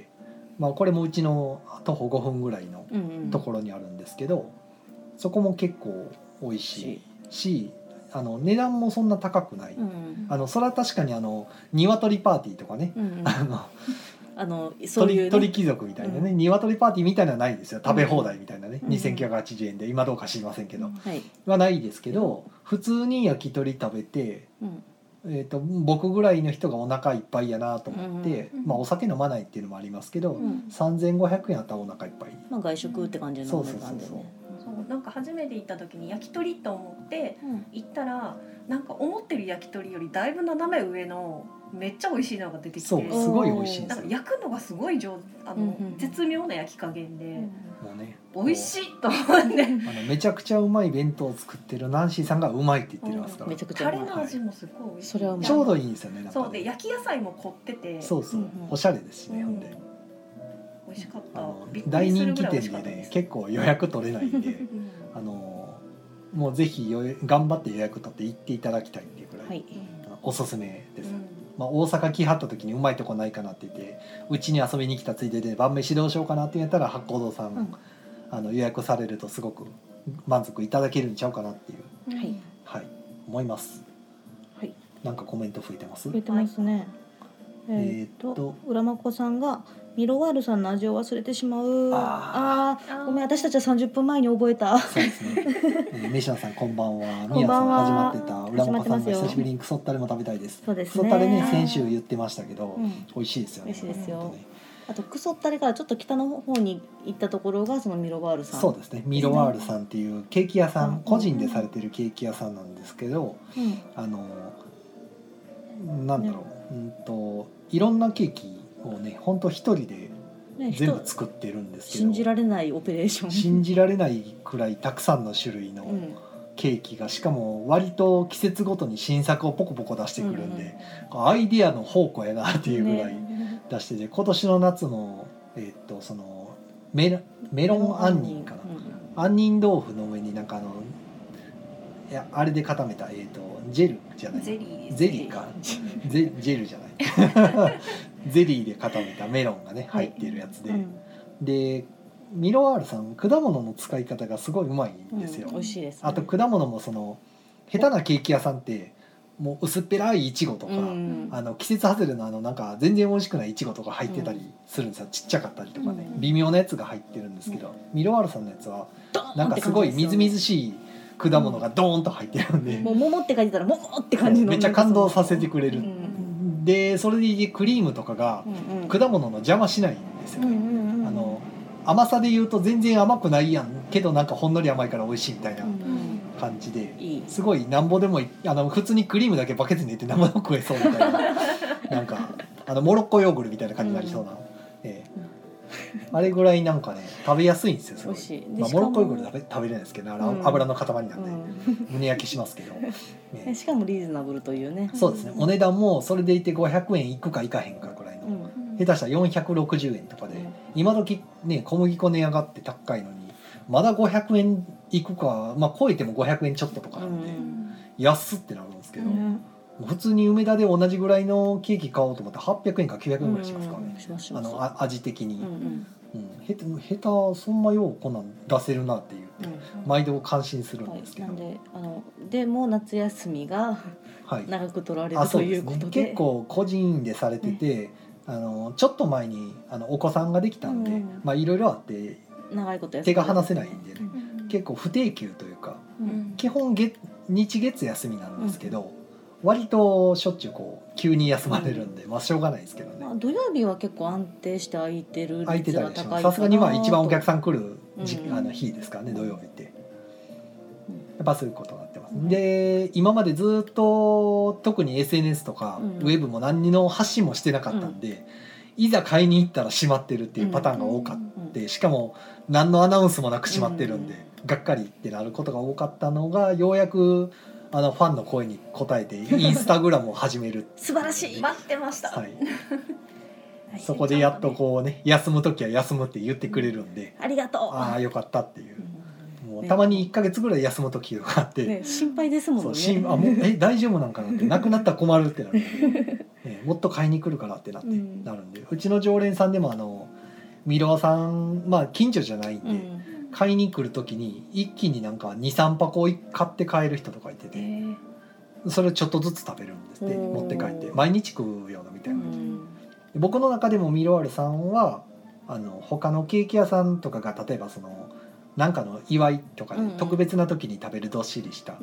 うん、まあこれもうちの徒歩ごふんぐらいのところにあるんですけど、うんうん、そこも結構美味しいし、あの値段もそんな高くない、うん、あのそれは確かにあの鶏パーティーとかね、うんうん、あのあのそういう、ね、 鳥貴族みたいなね、うん、鶏パーティーみたいなのはないですよ、食べ放題みたいなね、うん、にせんきゅうひゃくはちじゅうえんで今どうか知りませんけど、うんはい、はないですけど、普通に焼き鳥食べて、うんえー、と僕ぐらいの人がお腹いっぱいやなと思って、うんまあ、お酒飲まないっていうのもありますけど、うん、さんぜんごひゃくえんあったらお腹いっぱい、 まあ、外食って感じの値段でね。 そうなんか初めて行った時に焼き鳥と思って行ったら、なんか思ってる焼き鳥よりだいぶ斜め上のめっちゃ美味しいのが出てきて、 そうすごい美味しいんですよ。 なんか焼くのがすごい上あの、うんうん、絶妙な焼き加減で、うん、もうね美味しいと思ってあのめちゃくちゃうまい弁当を作ってるナンシーさんがうまいって言ってますから、うん、 めちゃくちゃうまい。 タレの味もすごい美味しい、 それはちょうどいいんですよね。なんかねそうで焼き野菜も凝ってて、 そうそう、うんうん、おしゃれですしね、ほんで美味しかった。 大人気店でね結構予約取れないんで、うん、あのもうぜひ頑張って予約取って行っていただきたいっていうくらい、はい、おすすめです、うんまあ、大阪来はった時にうまいとこないかなって言ってうちに遊びに来たついでで晩飯どうしようかなって言ったら八甲堂さん、うん、あの予約されるとすごく満足いただけるんちゃうかなっていう、はいはい、思います、はい、なんかコメント増えてます？ 増えてますね、はい、えー、っと浦真子さんがミロワールさんの味を忘れてしまう。ああごめん私たちはさんじゅっぷんまえに覚えた。そうですね、 えー、メシャンさんこんばんは。ミヤさん始まってた。浦真子さんも久しぶりにクソッタレも食べたいです。 そうですね、 クソッタレね先週言ってましたけど、うん、美味しいですよね。 美味しいですよ、ね、あとクソッタレからちょっと北の方に行ったところがそのミロワールさん。 そうですね、ミロワールさんっていうケーキ屋さん、うん、個人でされてるケーキ屋さんなんですけど、うん、あのなんだろう、うんといろんなケーキをね本当一人で全部作ってるんですけど、 信じられないオペレーション、 信じられないくらいたくさんの種類のケーキが、しかも割と季節ごとに新作をポコポコ出してくるんで、うんうん、アイディアの宝庫やなっていうぐらい出してて、ね、今年の夏の、えー、っとその メ, メロン杏仁かな、うん、杏仁豆腐の上になんかあのいやあれで固めた、えー、とジェルじゃないゼリーゼリーかゼジェルじゃないゼリーで固めたメロンがね入っているやつで、はいうん、でミロワールさん果物の使い方がすごいうまいんですよ、 うん、美味しいですね。 あと果物もその下手なケーキ屋さんってもう薄っぺらいイチゴとか、うん、あの季節外れのあのなんか全然美味しくないイチゴとか入ってたりするんですよ、うん、ちっちゃかったりとかね、うん、微妙なやつが入ってるんですけど、うん、ミロワールさんのやつはなんかすごいみずみずしい果物がドーンと入ってるんで、うん、 もう桃って書いてたら桃って感じのめっちゃ感動させてくれる、うん、でそれでクリームとかが果物の邪魔しないんですよね、うんうんうん、あの甘さで言うと全然甘くないやんけどなんかほんのり甘いから美味しいみたいな感じで、うんうん、すごいなんぼでもあの普通にクリームだけバケツに入れて生でも食えそうみたいななんかあのモロッコヨーグルみたいな感じになりそうな、うんええあれぐらいなんかね食べやすいんですよ。すごい美味しい。まあ、モロッコヨーグル食べ食べれないですけど、あの、うん、油の塊なんで、うん、胸焼けしますけど、 ね、しかもリーズナブルというね。 そうですね。お値段もそれでいてごひゃくえんいくかいかへんかぐらいの、うん、下手したらよんひゃくろくじゅうえんとかで、うん、今時ね小麦粉値上がって高いのにまだごひゃくえんいくか、まあ超えてもごひゃくえんちょっととかなんで、うん、安ってなるんですけど。うん普通に梅田で同じぐらいのケーキ買おうと思ってはっぴゃくえんかきゅうひゃくえんぐらいしますからね、うん、あのあ味的に、うんうんうん、へ下手そんなようこんなん出せるなっていう、うん、毎度感心するんですけど、 はい、なんであのでも夏休みが長く取られる、はい、ということで、 ね、結構個人でされてて、ね、あのちょっと前にあのお子さんができたんで、うん、まあいろいろあって長いこと手が離せないんでね、うん、結構不定休というか、うん、基本月日月休みなんですけど、うん割としょっちゅうこう急に休まれるんで、うん、まあしょうがないですけどね、まあ、 土曜日は結構安定して空いてる率が高いかな。 さすがにまあ一番お客さん来る時、うん、あの日ですからね土曜日って、うん、やっぱそういうことになってます、うん、で今までずっと特に エスエヌエス とか、うん、ウェブも何の発信もしてなかったんで、 いざ買いに行ったら閉まってるっていうパターンが多かって、しかも何のアナウンスもなく閉まってるんで、がっかりってなることが多かったのが、ようやくあのファンの声に応えてインスタグラムを始める素晴らしい。 待ってました、 はい、そこでやっとこうね、休む時は休むって言ってくれるんで、 ありがとう。 ああよかったっていう、もうたまにいっかげつぐらい休む時があって、 ね、心配ですもんね。 そうしんあもうえ大丈夫なんかなって、なくなったら困るってなるんで、ね、もっと買いに来るからってなって、うん、なるんで、うちの常連さんでもあのミロワさん、まあ近所じゃないんで、うん、買いに来る時に一気になんか にさんぱこ買って帰る人とかいてて、それをちょっとずつ食べるんですって、持って帰って毎日食うようなみたいな、うん、僕の中でもミロワールさんはあの他のケーキ屋さんとかが例えばそのなんかの祝いとかで特別な時に食べるどっしりした、うん、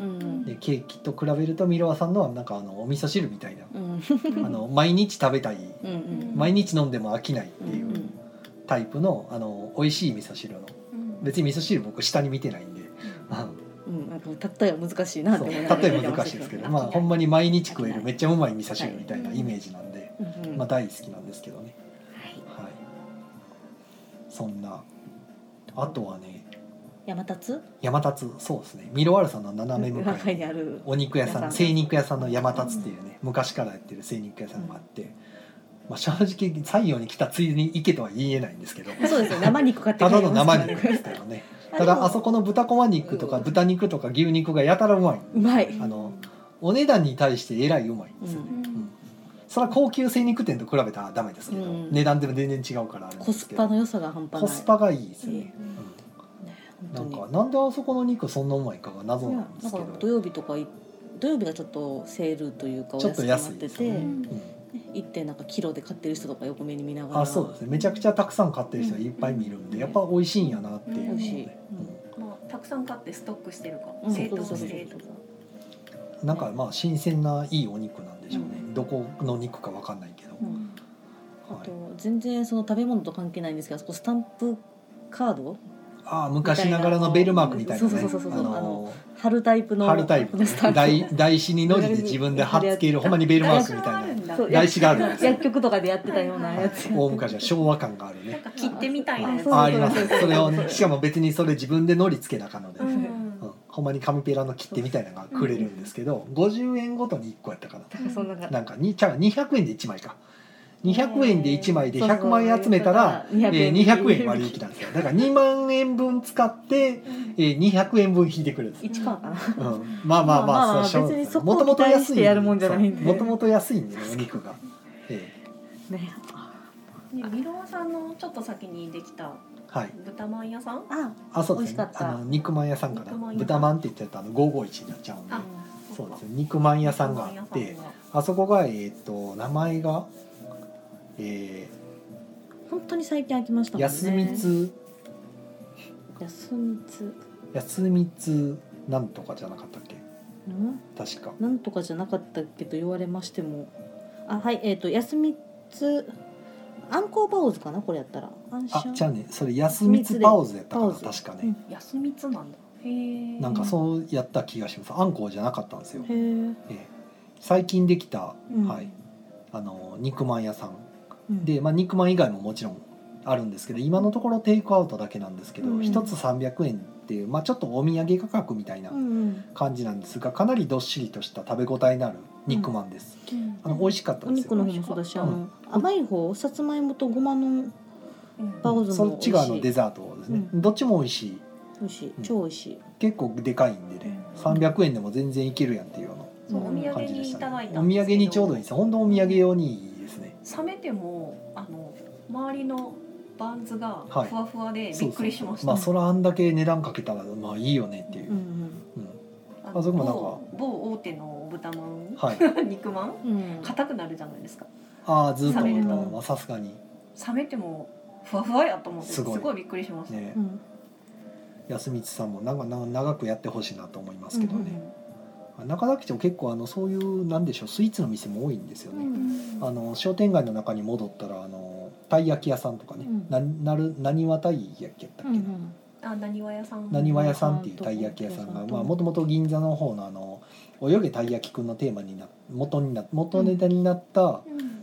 でケーキと比べるとミロワさんのはなんかあのお味噌汁みたいな、うん、あの毎日食べたい、うん、毎日飲んでも飽きないっていうタイプの、あの美味しい味噌汁の、別に味噌汁僕下に見てないんで、 うん、なんか例えは難しいなって思いながら例え難しいですけど、まあほんまに毎日食えるめっちゃうまい味噌汁みたいなイメージなんで、はい、まあ大好きなんですけどね、はい、はい、そんな、あとはね、 山立山立、そうですね、ミロワールさんの斜め向かいにあるお肉屋さん、精肉屋さんの山立っていうね、昔からやってる精肉屋さんがあって、まあ、正直西洋に来たついでに行けとは言えないんですけど、 そうですよ、生肉買ってただの生肉ですけどねただあそこの豚こま肉とか豚肉とか牛肉がやたらうまい、 うまい、 あのお値段に対してえらいうまいんですよね、うんうん、それは高級精肉店と比べたらダメですけど、うん、値段でも全然違うからあるんですけど、 コスパの良さが半端ない、 コスパがいいですよね、 えーなんかなんであそこの肉そんなうまいかが謎なんですけど、 なんか土曜日とか土曜日がちょっとセールというかお安くなってて、ね、うん、行ってなんかキロで買ってる人とか横目に見ながら、 あ、そうですね、めちゃくちゃたくさん買ってる人いっぱい見るんで、うん、やっぱ美味しいんやなっていうので、うん、美味しい、 うん、まあ、たくさん買ってストックしてるか、うん、冷凍してとか、 なんかまあ新鮮ないいお肉なんでしょうね、うん、どこの肉か分かんないけど、うん、 あと全然その食べ物と関係ないんですけど、そこスタンプカード、 ああ、昔ながらのベルマークみたいなね、 そうそうそうそう、あの貼るタイプの貼るタイプの台台紙にのりで自分で貼っつけるほんまにベルマークみたいな台紙があるんですよ。 薬局とかでやってたようなやつ、 大昔は昭和感があるね、 なんか切手みたいなやつ、 あ、あります。それをね、しかも別にそれ自分でのりつけなあかんので、うんうん、ほんまに紙ペラの切手みたいなのがくれるんですけど、ごじゅうえんごとにいっこやったかな、なんかにちゃうにひゃくえんでいちまいか、にひゃくえんでいちまいでひゃくまい集めたらにひゃくえん割引なんですよ。だからにまんえんぶん使ってにひゃくえんぶん引いてくれるんです。 いちかかな、 うん、まあまあまあ、別にそこを期待してやるもんじゃないんで、 もともと安いんでね、お肉が、ええ、ね、ミロワさんのちょっと先にできた豚まん屋さん、 ああ、そうですね、あの肉まん屋さんかな、豚まんって言っちゃうとあのごーごーいちになっちゃうんで、そうですね、肉まん屋さんがあって、あそこがえっと名前がえー、本当に最近開きましたもんね。 安光安光安光なんとかじゃなかったっけ、うん、確かなんとかじゃなかったっけと言われましても、あ、はい、えっ、ー、と安光アンコウパオズかな、これやったら、 あ、じゃあね、それ安光パオズやったかな、確かね、うん、 安光なんだ、へえ、 なんかそうやった気がします。アンコウじゃなかったんですよ。へー、えー、最近できた、うん、はい、あの肉まん屋さんで、まあ、肉まん以外ももちろんあるんですけど、今のところテイクアウトだけなんですけど、うん、ひとつさんびゃくえんっていう、まあ、ちょっとお土産価格みたいな感じなんですが、かなりどっしりとした食べ応えのある肉まんです、うん、あの美味しかったですよ。 お肉の方もそうだし、あの、うん、甘い方、さつまいもとごまのパオズも美味しい、 そっちがのデザートですね、うん、どっちも美味しい、 美味しい、超美味しい、 結構でかいんでね、うん、さんびゃくえんでも全然いけるやんっていうような感じでしたね。お土産にちょうどいいです。本当お土産用にいいですね。 冷めてもあの周りのバンズがふわふわでびっくりしました、 はい、そうそう、まあそれあんだけ値段かけたらまあいいよねっていう、うんうんうん、 あ, あそこもなんか某大手の豚まん、はい、肉まん硬、うん、くなるじゃないですか。 ああ、ずっと冷めると、まあ、さすがに冷めてもふわふわやと思ってすごい、すごいびっくりしました、ね、うん、 安光さんもなんか長くやってほしいなと思いますけどね、うんうん、中崎町結構あのそういうなんでしょう、スイーツの店も多いんですよね、うんうん、あの商店街の中に戻ったらあのたい焼き屋さんとかね、うん、ななるなにわたい焼きやったっけな、うんうん、 あ、なにわ屋さん、 なにわ屋さんっていうたい焼き屋さんが、まあもともと銀座の方のあの泳げたい焼きくんのテーマにな元にな元ネタになった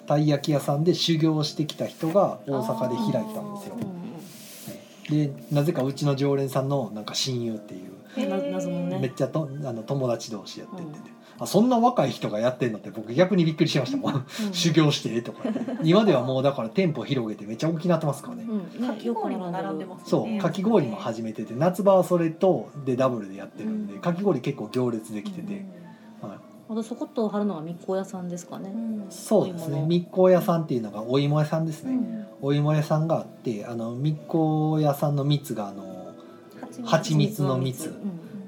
たい焼き屋さんで修行してきた人が大阪で開いたんですよ。でなぜかうちの常連さんのなんか親友っていう謎のねめっちゃとあの友達同士やってて、うん、あそんな若い人がやってんのって僕逆にびっくりしましたもん、うん、修行してとか今ではもうだから店舗広げてめっちゃ大きくなってますからね、 うん、かき氷も並んでますね。 そうかき氷も始めてて夏場はそれとでダブルでやってるんで、うん、かき氷結構行列できてて、うんはい、 あとそこと貼るのは密航屋さんですかね、うん、 そうですね密航屋さんっていうのがお芋屋さんですね、うん、お芋屋さんがあってあの密航屋さんの蜜があの蜂蜜の蜜、うん、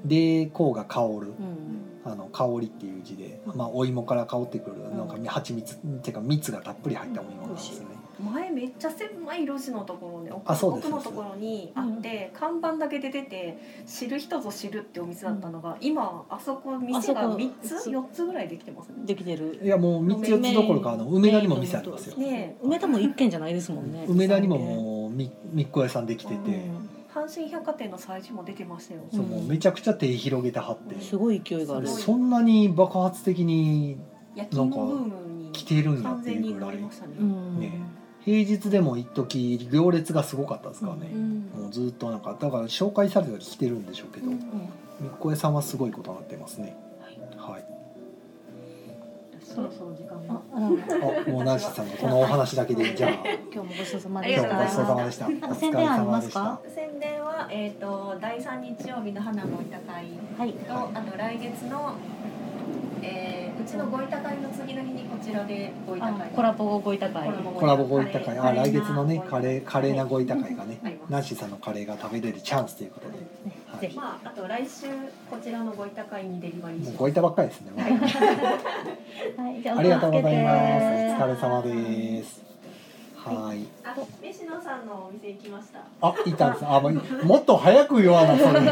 で香が香る、うん、あの香りっていう字で、まあ、お芋から香ってくるなんか蜂蜜っていうか蜜がたっぷり入ったお芋なんですよね。 前めっちゃ狭い路地のところに奥のところにあって、うん、看板だけで出て知る人ぞ知るってお店だったのが、うん、今あそこ店がみっつよっつぐらいできてますね。 できてる。 いやもうみっつよっつどころかあの梅田にも店ありますよ、 ね、梅田も一軒じゃないですもんね。 梅田にももうみっこ屋さんできてて、うん、 阪神百貨店の催事も出てましたよ。 そう、もうめちゃくちゃ手広げてはって、 すごい勢いがある。 そんなに爆発的に焼き芋ブームに来てるんやっていうぐらいね。平日でも一時行列がすごかったですからね、うん、もうずっとなんかだから紹介されたり来てるんでしょうけど、みっこ屋さんはすごいことになってますね。はい、はい、 そろそろ時間があもうナンシーさんがこのお話だけでじゃあ今日もごちそうさまでした。 今日もごちそうさまでした。お疲れ様でした。 宣伝は、えー、とだいさん日曜日の花のお茶会と、はい、あと来月のえー、うちのごいた会の次の日にこちらでごいた会コラボごいた会コラボごいた会あ来月のねカレーカレーなごいた会がね、ナンシーさんのカレーが食べれるチャンスということで、 はい、ぜひ、まあ、あと来週こちらのごいた会にデリバリーします。 もうごいたばっかりですね、はい、じゃあありがとうございます。お疲れ様です。はい。 あ、飯野さんのお店行きました。 あ、いたんです。あ、もっと早く言わなそれ。いや、うん。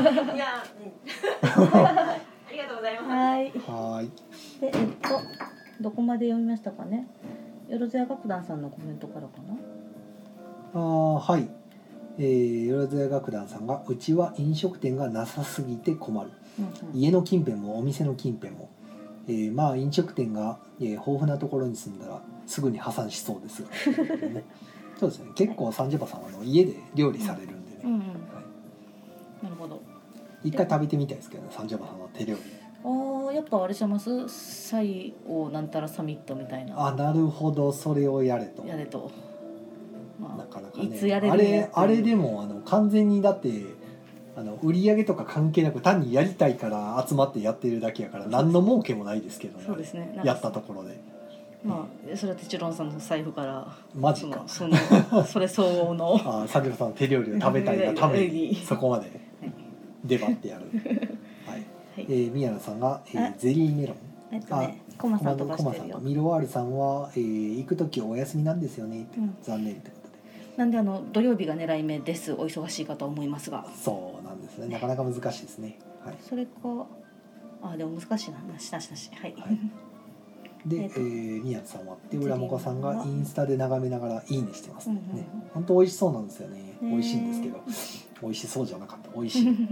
ありがとうございます。 はい。 はい。 で、えっとどこまで読みましたかね。よろずや楽団さんのコメントからかあな。 あ、はい。えー、よろずや楽団さんがうちは飲食店がなさすぎて困る。うんうん、家の近辺もお店の近辺も、えー、まあ飲食店が、えー、豊富なところに住んだらすぐに破産しそうですが、ね、そうですね。結構サンジェバさんはあの家で料理されるんでね。うんうんうん、はい、 なるほど。 一回食べてみたいですけどね、サンジェバさんの手料理。 ああ、やっぱあれします西欧なんたらサミットみたいな。 あ、なるほど、それをやれと。 やれと。 まあ、なかなかね。 いつやれるあれあれでもあの完全にだってあの売り上げとか関係なく単にやりたいから集まってやってるだけやから何の儲けもないですけどね。 そうですね。 やったところで。 まあそれはテチロンさんの財布からマジか。 そのそのそれ相応のあ、サンジェバさんの手料理を食べたいがためにそこまで出張ってやる。はい、えー、宮野さんが、えー、ゼリーメロン、 えっとね、コマさん飛ばしてるよ。 ミロワールさんは、えー、行く時お休みなんですよね、うん、残念ってことで。 なんであの土曜日が狙い目です。お忙しいかと思いますが。 そうなんですね。なかなか難しいですね。はい、 それかあでも難しいな。なしなしなしはい。はい、 で、えー、宮野さんはで浦本さんがインスタで眺めながらいいねしてますね。うんうん、ね、本当美味しそうなんですよね。美味しいんですけど、美味しそうじゃなかった。美味しい。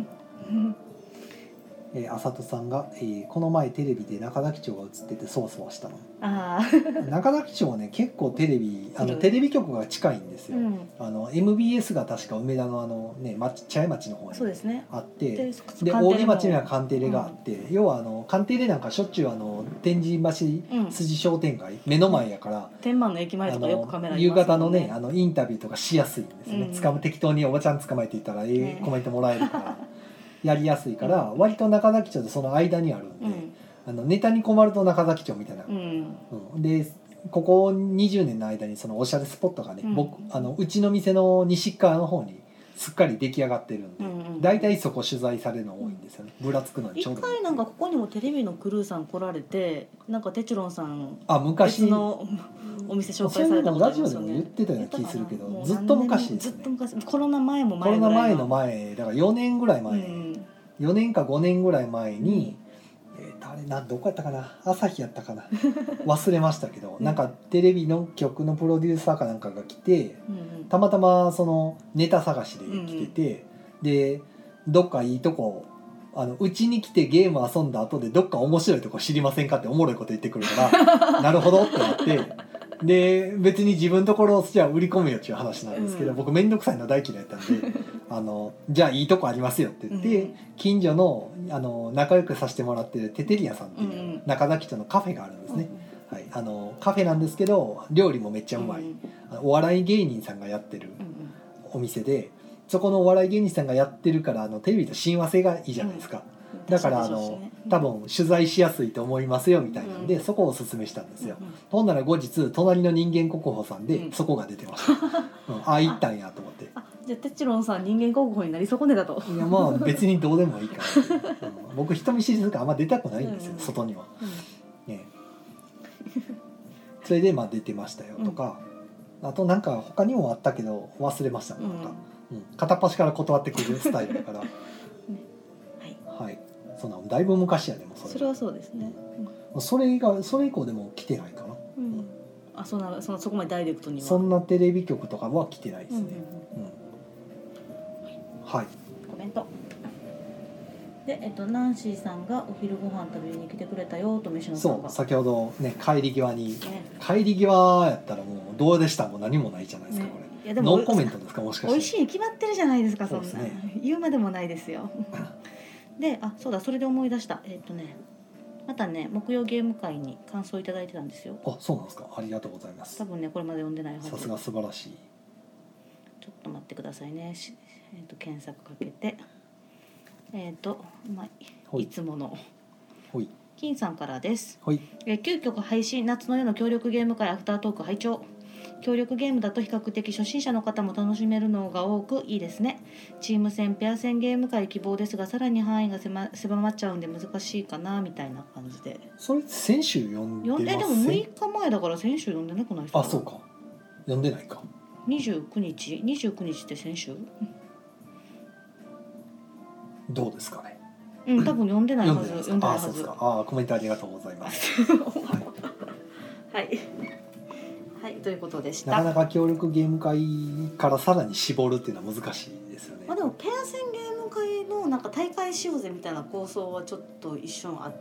えー、あさとさんが、えー、この前テレビで中崎町が映っててそわそわしたの。 あ中崎町はね結構テレビあのテレビ局が近いんですよ、うん、あの エムビーエス が確か梅田のあのね茶屋町の方にあって、で扇町にはカンテレがあって、うん、要はあのカンテレなんかしょっちゅうあの天神橋筋商店街、うん、目の前やから天満の駅前とかよくカメラにいますもんね。夕方のねあのインタビューとかしやすいんですね、うん、つかむ適当におばちゃん捕まえていったらええ、ね、コメントもらえるからやりやすいから割と中崎町とその間にあるんで、うん、あのネタに困ると中崎町みたいな、うんうん、でここにじゅうねんの間にそのおしゃれスポットがね、うん、僕あのうちの店の西側の方にすっかり出来上がってるんで、うんうん、だいたいそこ取材されるの多いんですよね。ぶらつくのにちょうどいい。 一回なんかここにもテレビのクルーさん来られてなんかテチロンさんあ昔別のお店紹介されたことありますよね。 ラジオでも言ってたような気するけどずっと昔ですね。 ずっと昔コロナ前も前ぐらいのコロナ前の前だからよねんぐらい前、うん、よねんかごねんぐらい前に、うん、えー、誰などこやったかな朝日やったかな忘れましたけど、うん、なんかテレビの局のプロデューサーかなんかが来て、うんうん、たまたまそのネタ探しで来てて、うん、でどっかいいとこあのうちに来てゲーム遊んだ後でどっか面白いとこ知りませんかっておもろいこと言ってくるからなるほどってなってで別に自分のところをじゃあ売り込めよっていう話なんですけど、うん、僕面倒くさいの大嫌いだったんであのじゃあいいとこありますよって言って、うん、近所のあの仲良くさせてもらってるテテリアさんっていう中崎町のカフェがあるんですね、うん、はい、あのカフェなんですけど料理もめっちゃうまい、うん、お笑い芸人さんがやってるお店で、そこのお笑い芸人さんがやってるからあのテレビと親和性がいいじゃないですか、うん、だからあの多分取材しやすいと思いますよみたいなんで、うん、そこをおすすめしたんですよ、うん、ほんなら後日隣の人間国宝さんで、うん、そこが出てました、うん、ああ行ったんやと思って、 あじゃあテチロンさん人間国宝になり損ねだと。 いやまあ別にどうでもいいから、うん、僕人見知りするからあんま出たくないんですよ、うん、外には、うん、ね、それでまあ出てましたよとか、うん、あとなんか他にもあったけど忘れましたもん、なんか、うん、片っ端から断ってくるスタイルだから、ね、はい、はい、そんなだいぶ昔やでもそれそれはそうですね、 うん、それがそれ以降でも来てないかな、 うんうん、あそんなそのそこまでダイレクトにはそんなテレビ局とかは来てないですね、うんうんうんうん、はい、 コメントで、えっと、ナンシーさんがお昼ご飯食べに来てくれたよと飯野さんが、 そう先ほどね帰り際に、ね、帰り際やったらもうどうでしたも何もないじゃないですか、ね、これいやでもノーコメントですか、もしかして。美味しいに決まってるじゃないですか、そんな、ね、言うまでもないですよで、あ、そうだ、それで思い出した、えっとねまたね木曜ゲーム会に感想いただいてたんですよ。 あ、そうなんですか、ありがとうございます。 多分ねこれまで読んでないはず。 さすが素晴らしい。 ちょっと待ってくださいね、えっと検索かけて、えっとまあいつものほい金さんからです。 ほいえ急遽配信夏の夜の協力ゲーム会アフタートーク拝聴。協力ゲームだと比較的初心者の方も楽しめるのが多くいいですね。チーム戦ペア戦ゲーム会希望ですが、さらに範囲が狭まっちゃうんで難しいかなみたいな感じで。 それ先週読んでます？ えでもむいかまえだから先週読んでなくないですか？ あ、そうか、読んでないか。 にじゅうくにちにじゅうくにちって先週どうですかね。 うん、多分読んでないはず。読んでないはず。 あ、そうですか。あ、コメントありがとうございます。 はい。はい、ということでした。 なかなか協力ゲーム会からさらに絞るっていうのは難しいですよね。 まあ、でもペア戦ゲーム会のなんか大会しようぜみたいな構想はちょっと一瞬あって。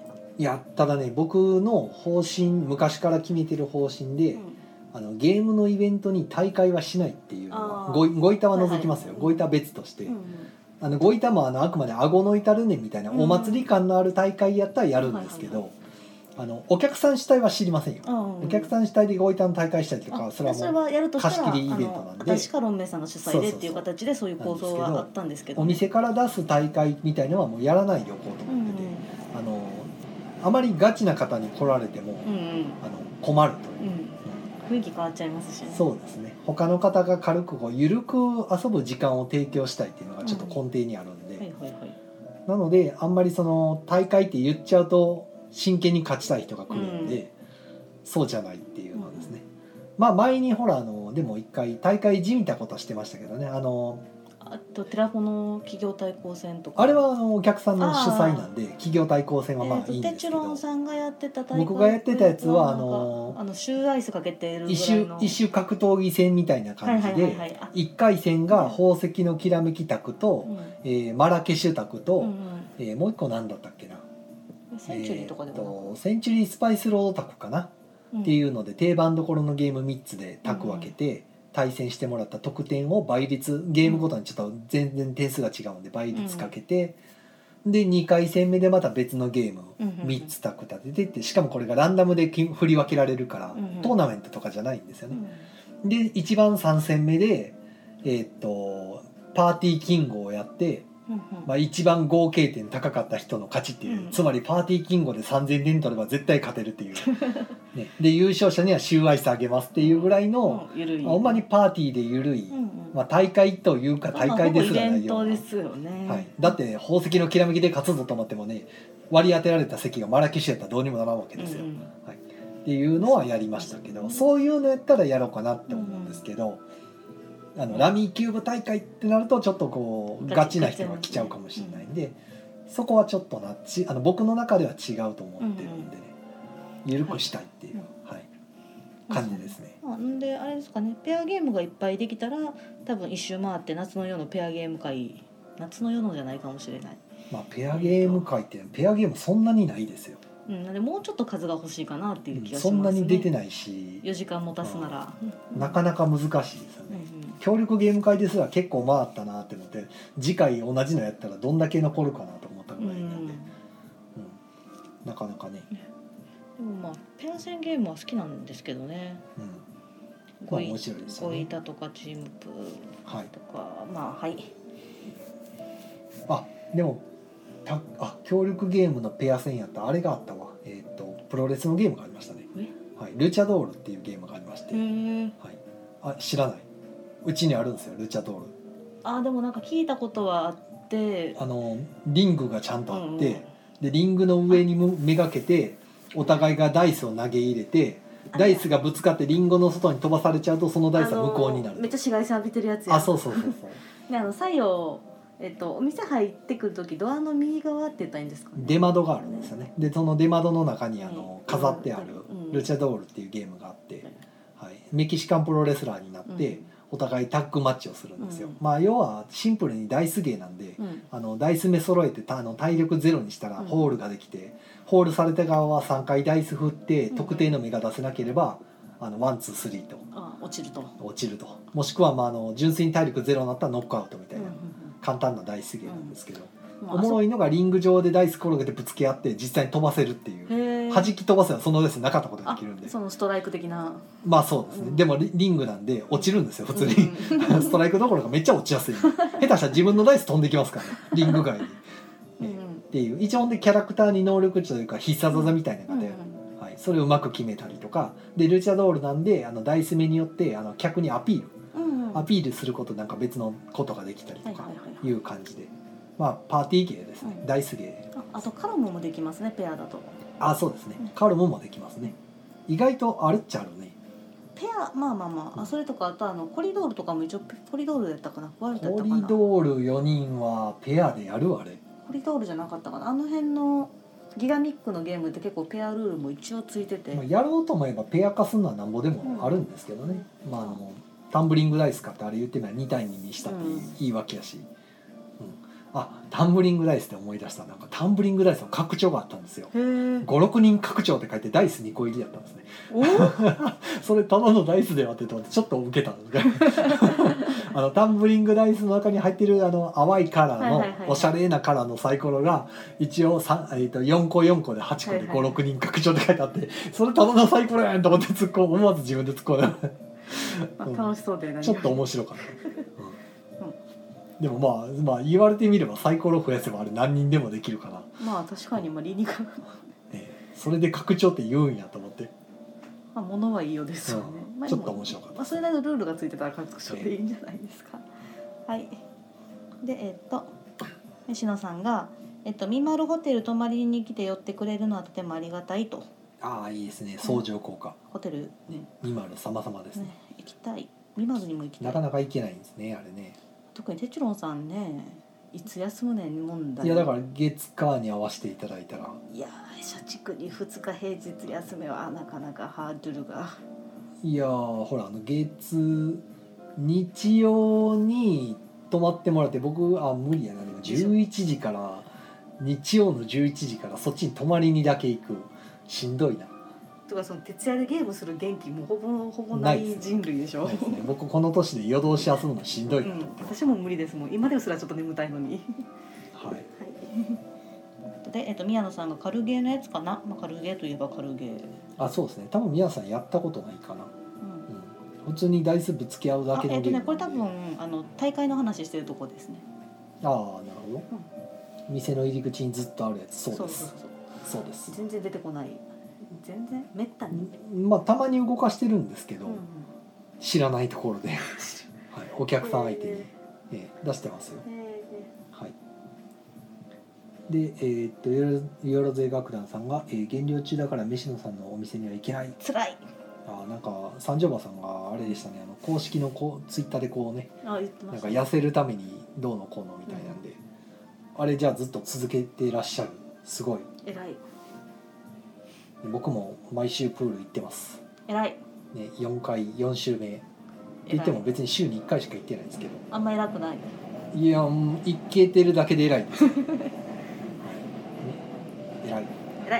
いや、ただね、僕の方針、昔から決めてる方針で、うん、あのゲームのイベントに大会はしないっていうのは、ごご板は除きますよ。ご板別として。うんうん、あのご板もあのあくまで顎の至るねみたいなお祭り感のある大会やったらやるんですけど、あのお客さん主体は知りませんよ、うんうん、お客さん主体でご板の大会したりとか、それはもう貸し切りイベントなんで、 私かロンメイさんが主催でっていう形でそういう構想はあったんですけど、 お店から出す大会みたいのはもうやらないでおこうと思ってて、うんうん、あのあまりガチな方に来られても、うんうん、あの困るという、 うん、雰囲気変わっちゃいますしね。 そうですね、他の方が軽くこう緩く遊ぶ時間を提供したいっていうのがちょっと根底にあるんで、うんはいはいはい、なのであんまりその大会って言っちゃうと真剣に勝ちたい人が来るんで、うん、そうじゃないっていうのですね、うん、まあ前にほらあのでも一回大会地味たことしてましたけどね、あのあとテラフォの企業対抗戦とか、 あれはあのお客さんの主催なんで企業対抗戦はまあいいんですけど、 テチロンさんがやってた大会、 僕がやってたやつはあのあのシューアイスかけてるぐらいの一種一種格闘技戦みたいな感じで、いっかい戦が宝石のきらめき卓と、うんえー、マラケシュ卓と、うんうんえー、もう一個何だったっけな、 センチュリーとかでも、 えー、センチュリースパイスロード卓かな、うん、っていうので定番どころのゲームみっつで卓分けて、うん対戦してもらった得点を倍率、ゲームごとにちょっと全然点数が違うんで倍率かけて、うん、でにかい戦目でまた別のゲームみっつタク立ててって、しかもこれがランダムで振り分けられるから、うん、トーナメントとかじゃないんですよね、うん、で一番さん戦目でえー、っとパーティーキングをやってまあ、一番合計点高かった人の勝ちっていう、うん、つまりパーティーキングでさんぜんてん取れば絶対勝てるっていう、ね、で優勝者にはシューアイスあげますっていうぐらいの、うん、まあ、ほんまにパーティーでゆるい、うんうんまあ、大会というか大会ですらないような、はい、だって宝石のきらめきで勝つぞと思ってもね割り当てられた席がマラケシュやったらどうにもならんわけですよ、うんうんはい、っていうのはやりましたけど、そういうのやったらやろうかなって思うんですけど、あのラミーキューブ大会ってなるとちょっとこうガチな人が来ちゃうかもしれないんで、そこはちょっとなちあの僕の中では違うと思ってるんでね、緩くしたいっていう、はい、感じですね。 なんであれですかね、ペアゲームがいっぱいできたら多分一周回って夏の夜のペアゲーム会、夏の夜のじゃないかもしれない、 まあ、ペアゲーム会ってペアゲームそんなにないですよ。 ううん、なんでもうちょっと数が欲しいかなっていう気がしますね。 そんなに出てないしよじかん持たすなら、 なかなか難しいですよね、 うんうん、 協力ゲーム会ですら結構回ったなって思って、次回同じのやったらどんだけ残るかなと思ったぐらいなんで、うんうん、なかなかね。 でもまあペンセンゲームは好きなんですけどね、 うん、まあ面白いですよね。 ゴイタとかチームプーとか、はい、まあはいあでもたあ協力ゲームのペア戦やったあれがあったわ、えー、とプロレスのゲームがありましたね、はい、ルチャドールっていうゲームがありまして、はい、あ知らない？うちにあるんですよルチャドール。 あでもなんか聞いたことはあって、 あのリングがちゃんとあって、うんうん、でリングの上にめがけてお互いがダイスを投げ入れて、ダイスがぶつかってリンゴの外に飛ばされちゃうとそのダイスは無効になる。 めっちゃ紫外線浴びてるやつや。 あそうそうそうそうであの左右えっと、お店入ってくるときドアの右側って言ったらいいんですかね。 出窓があるんですよね。でその出窓の中にあの飾ってあるルチャドールっていうゲームがあって、はい、メキシカンプロレスラーになってお互いタッグマッチをするんですよ、うん、まあ要はシンプルにダイスゲーなんで、うん、あのダイス目揃えてあの体力ゼロにしたらホールができて、うん、ホールされた側はさんかいダイス振って特定の目が出せなければあのワンツースリーとあ落ちると落ちると、もしくはまああの純粋に体力ゼロになったらノックアウトみたいな、うんうんうん、簡単なダイスゲーなんですけど、うんまあ、おもろいのがリング上でダイス転げてぶつけ合って実際に飛ばせるっていう弾き飛ばせばそのダイスなかったことができるんで、 そのストライク的なまあそうですね、うん、でもリングなんで落ちるんですよ普通に、うん、ストライクどころかめっちゃ落ちやすい下手したら自分のダイス飛んできますからねリング外に、うん、っていう一応でキャラクターに能力値というか必殺技みたいなので、うんはい、それをうまく決めたりとかでルチャドールなんであのダイス目によってあの客にアピールアピールすることなんか別のことができたりとかいう感じで、まあパーティーゲーですね、うん、ダイスゲー。 あ, あとカルムもできますねペアだと。 あそうですね、うん、カルムもできますね。意外とあるっちゃあるねペア。まあまあまあ、うん、あそれとかあとあのコリドールとかも一応コリドールやったかなコリドールよにんはペアでやるあれコリドールじゃなかったかなあの辺のギガミックのゲームって結構ペアルールも一応ついてて、まあ、 やろうと思えばペア化するのはなんぼでもあるんですけどね、うん、まああのタンブリングダイスかってあれ言ってみればに対ににしたっていいわけやし、うん、あタンブリングダイスって思い出した。なんかタンブリングダイスの拡張があったんですよ。ごろくにん拡張って書いてダイスにこ入りだったんですね。それただのダイスではってと思ってちょっと受けたんですあのタンブリングダイスの中に入ってるあの淡いカラーのおしゃれなカラーのサイコロが一応さ、えー、とよんこよんこではちこでごろくにん拡張って書いてあって、それただのサイコロやんと思って突っ込む思わず自分で突っ込んで楽しそうでちょっと面白かった、うんうん、でもまあ、まあ言われてみればサイコロ増やせばあれ何人でもできるからまあ確かにまあ理にか、 ね、それで拡張って言うんやと思って、 まあ物はいいよですよね、 うんまあ、ちょっと面白かった、 まあ、それなりのルールがついてたら拡張でいいんじゃないですか、えー、はいでえっと西野さんがえっとミマルホテル泊まりに来て寄ってくれるのはとてもありがたいと。 ああいいですね相乗効果、うん、 ホテルねミマル様々ですね、ね行きたいミマルにも行きたい。 なかなか行けないんですねあれね。 特にテチロンさんねいつ休むねん問題。 いやだから月火に合わせていただいたらいや社畜にふつか平日休めはなかなかハードルが。 いやほらあの月日曜に泊まってもらって僕あ無理やなでもじゅういちじから日曜のじゅういちじからそっちに泊まりにだけ行くしんどいな。 とかその徹夜でゲームする元気もほぼほぼない人類でしょ。 ないですね。僕この年で夜通し遊ぶのしんどいなと思って、 うん、私も無理ですもん今ですらちょっと眠たいのにはい、はい、 で、えっと、宮野さんが軽ゲーのやつかな、まあ、軽ゲーといえば軽ゲー。 あそうですね多分宮野さんやったことないかな、うんうん、普通にダイスぶつけ合うだけのゲーム、 えっとね、これ多分あの大会の話してるとこですね。 ああなるほど、うん、店の入り口にずっとあるやつ。そうですそうそうそうそうです。 全然出てこない全然めったにまあたまに動かしてるんですけど、うんうん、知らないところで、はい、お客さん相手に、えー、出してますよ、えー、はいでえー、っとよろずえ楽団さんが、えー、減量中だから飯野さんのお店には行けない。 つらい。 あなんか三条馬さんがあれでしたねあの公式のこうツイッターでこうねあ言ってましたね、 なんか痩せるためにどうのこうのみたいなんで、うん、あれじゃあずっと続けてらっしゃる。すごい偉い。 僕も毎週プール行ってます。 偉い、 ね、よんかいよん週目って言っても別に週にいっかいしか行ってないんですけどあんま偉くない。 いや行けてるだけで偉いです、はい、偉い偉い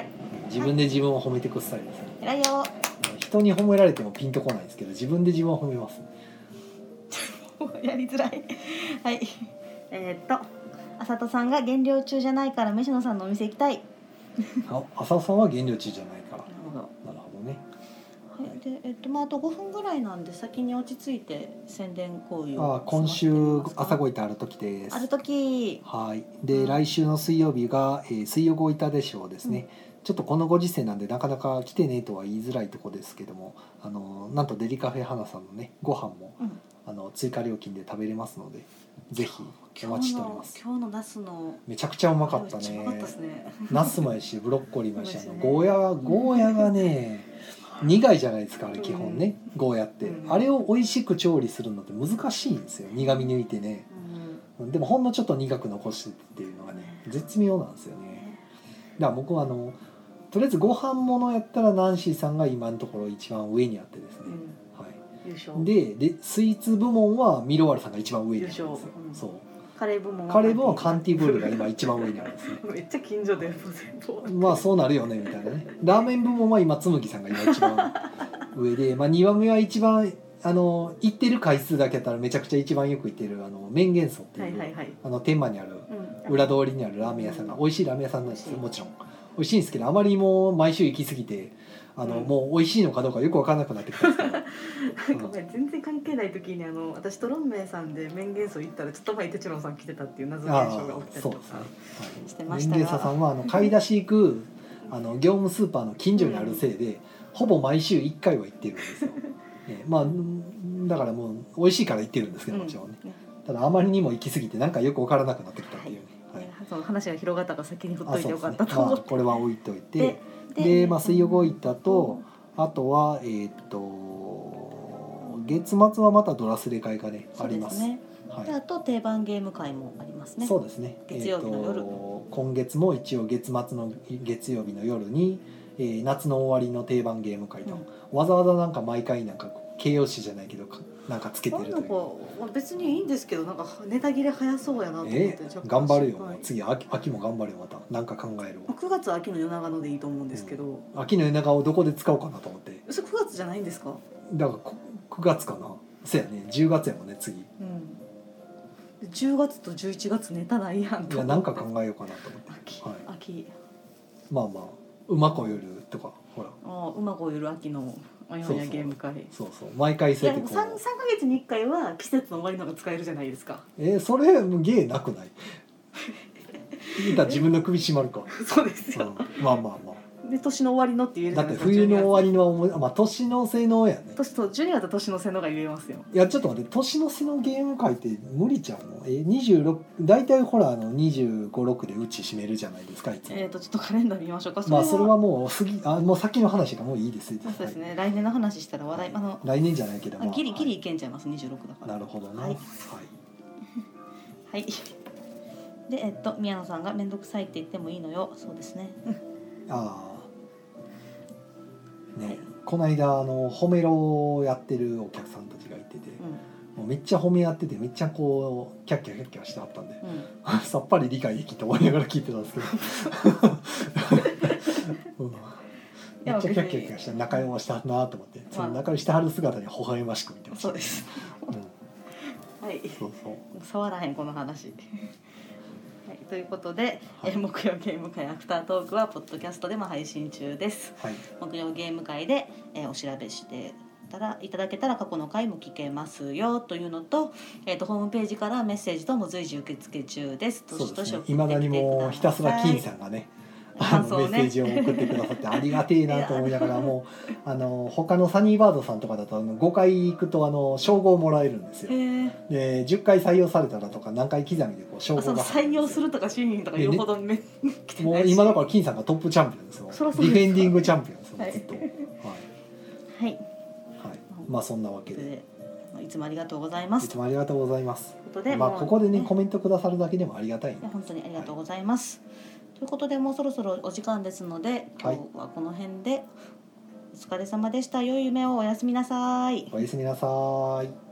自分で自分を褒めていくスタイルですね。 偉いよ。 人に褒められてもピンとこないんですけど、自分で自分を褒めますね。 やりづらい。はい。えー、っとあさとさんが減量中じゃないから飯野さんのお店行きたい。 あ、浅尾さんは減量中じゃないから。 なるほど。 なるほどね。 はい、でえっとまああとごふんぐらいなんで先に落ち着いて宣伝行為をあ、今週朝ごいたある時です。 ある時。 はい。で、 うん、 来週の水曜日が、えー、水曜ごいたでしょうですね。うん、ちょっとこのご時世なんでなかなか来てねとは言いづらいところですけども、あのなんとデリカフェ花さんのねご飯も、うん、あの追加料金で食べれますので、ぜひお待ちしております。 今日のナスのめちゃくちゃうまかったね。 めっちゃうまかったですね。 ナスもやしブロッコリーもやし、あのゴーヤがゴーヤがね苦いじゃないですか、あれ基本ね、うん、ゴーヤって、うん、あれを美味しく調理するのって難しいんですよ、苦味抜いてね、うん、でもほんのちょっと苦く残してっていうのがね絶妙なんですよね。だから僕はあのとりあえずご飯ものやったらナンシーさんが今のところ一番上にあってですね、うん、はい、優勝 で, でスイーツ部門はミロワルさんが一番上にあるんですよ、うん、そうカレー部門はカレー部門はカンティブールが今一番上にあるんですね。 めっちゃ近所でまあそうなるよねみたいなね。ラーメン部門は今つむぎさんが今一番上で、まあにばんめは一番あの行ってる回数だけやったらめちゃくちゃ一番よく行ってるあの麺元素っていう、はいはいはい、あの天満にある、うん、裏通りにあるラーメン屋さんが、うん、美味しいラーメン屋さんなんですよ、もちろん美味しいんですけど、あまりもう毎週行き過ぎてあの、うん、もう美味しいのかどうかよく分からなくなってきたんですけどごめん、全然関係ない時にあの私とロンメイさんで麺元素行ったらちょっと前テチロンさん来てたっていう謎現象が起きたりとかしてましたが、麺元素さんはあの買い出し行くあの業務スーパーの近所にあるせいで、うん、ほぼ毎週いっかいは行ってるんですよ、ね、まあだからもう美味しいから行ってるんですけどもちろんね、うん、ただあまりにも行き過ぎてなんかよく分からなくなってきたっていうね、はいはい、その話が広がったから先に振っといてよかったと思って、まあ、これは置いといてで, で、まあ、水曜ごいたと、うん、あとはえー、っと月末はまたドラスレ会がねありますね、はい、であと定番ゲーム会もありますね。そうですね、月曜日の夜、えー、と今月も一応月末の月曜日の夜に、えー、夏の終わりの定番ゲーム会と、うん、わざわざなんか毎回なんか形容詞じゃないけどなんかつけてるという。なんか別にいいんですけどなんかネタ切れ早そうやなと思って、えー、頑張るよ、はい、次 秋, 秋も頑張るよ、またなんか考えるわ。くがつは秋の夜長野でいいと思うんですけど、うん、秋の夜長をどこで使おうかなと思って。それくがつじゃないんですか？だからくがつかな。そうやね、じゅうがつやもんね次、うん、じゅうがつとじゅういちがつネタないやんと。いやなんか考えようかなと思って。秋、はい、秋まあまあ馬子夜とかほら、あ馬子夜秋のあややゲーム会、そうそう毎回そうやってこう 3, 3ヶ月にいっかいは季節の終わりのが使えるじゃないですか。えー、それ芸なくない言ったら自分の首絞まるかそうですよ、うん、まあまあまあで年の終わりのって言えるじゃないですか。だって冬の終わりの、まあ、年の瀬のやね。年とじゅうにがつは年の瀬のが言えますよ。いやちょっと待って、年の瀬のゲーム会って無理ちゃうの？えにじゅうろく大体ほらあのにじゅうご、ろくでうち閉めるじゃないですかいつも。えっ、ー、とちょっとカレンダー見ましょうか。それはまあそれはもう過ぎあもう先の話がもういいです。そうですね、はい、来年の話したら話題、あの来年じゃないけど、まあ、ギリギリいけんちゃいます、にじゅうろくだから。なるほどね。はい。はい。はい、でえっと宮野さんがめんどくさいって言ってもいいのよ。そうですね。ああ。ね、はい、この間あの褒めろをやってるお客さんたちがいてて、うん、もうめっちゃ褒めやっててめっちゃこうキャッキャキャッキャしてあったんで、うん、さっぱり理解できて思いながら聞いてたんですけど、うん、めっちゃキャッキャキャッキャして仲良くしたなと思って、まあ、その仲良くしてはる姿に微笑ましく見てました。そうです、うん、はい、そうそう触らへんこの話はい、ということで、はい、え木曜ゲーム会アフタートークはポッドキャストでも配信中です、はい、木曜ゲーム会で、えー、お調べしてたらいただけたら過去の回も聞けますよというのと、えー、とホームページからメッセージとも随時受付中です。そうですね、未だにもうひたすら金さんがねあのメッセージを送ってくださってありがてえなと思いながらもうあの他のサニーバードさんとかだとあのごかい行くとあの称号もらえるんですよ。でじゅっかい採用されたらとか何回刻みでこう称号が採用するとかシーンとか言うほどめ来てないし、もう今だから金さんがトップチャンピオンですよ。そディフェンディングチャンピオンですよ、はい、ずっとはい、はい、はい、まあそんなわけでいつもありがとうございます。いつもありがとうございます。ということで、まあここでねコメントくださるだけでもありがたい。いや本当にありがとうございます。はい、ということでもうそろそろお時間ですので、今日はこの辺でお疲れ様でした。良い夢をおやすみなさい。おやすみなさい。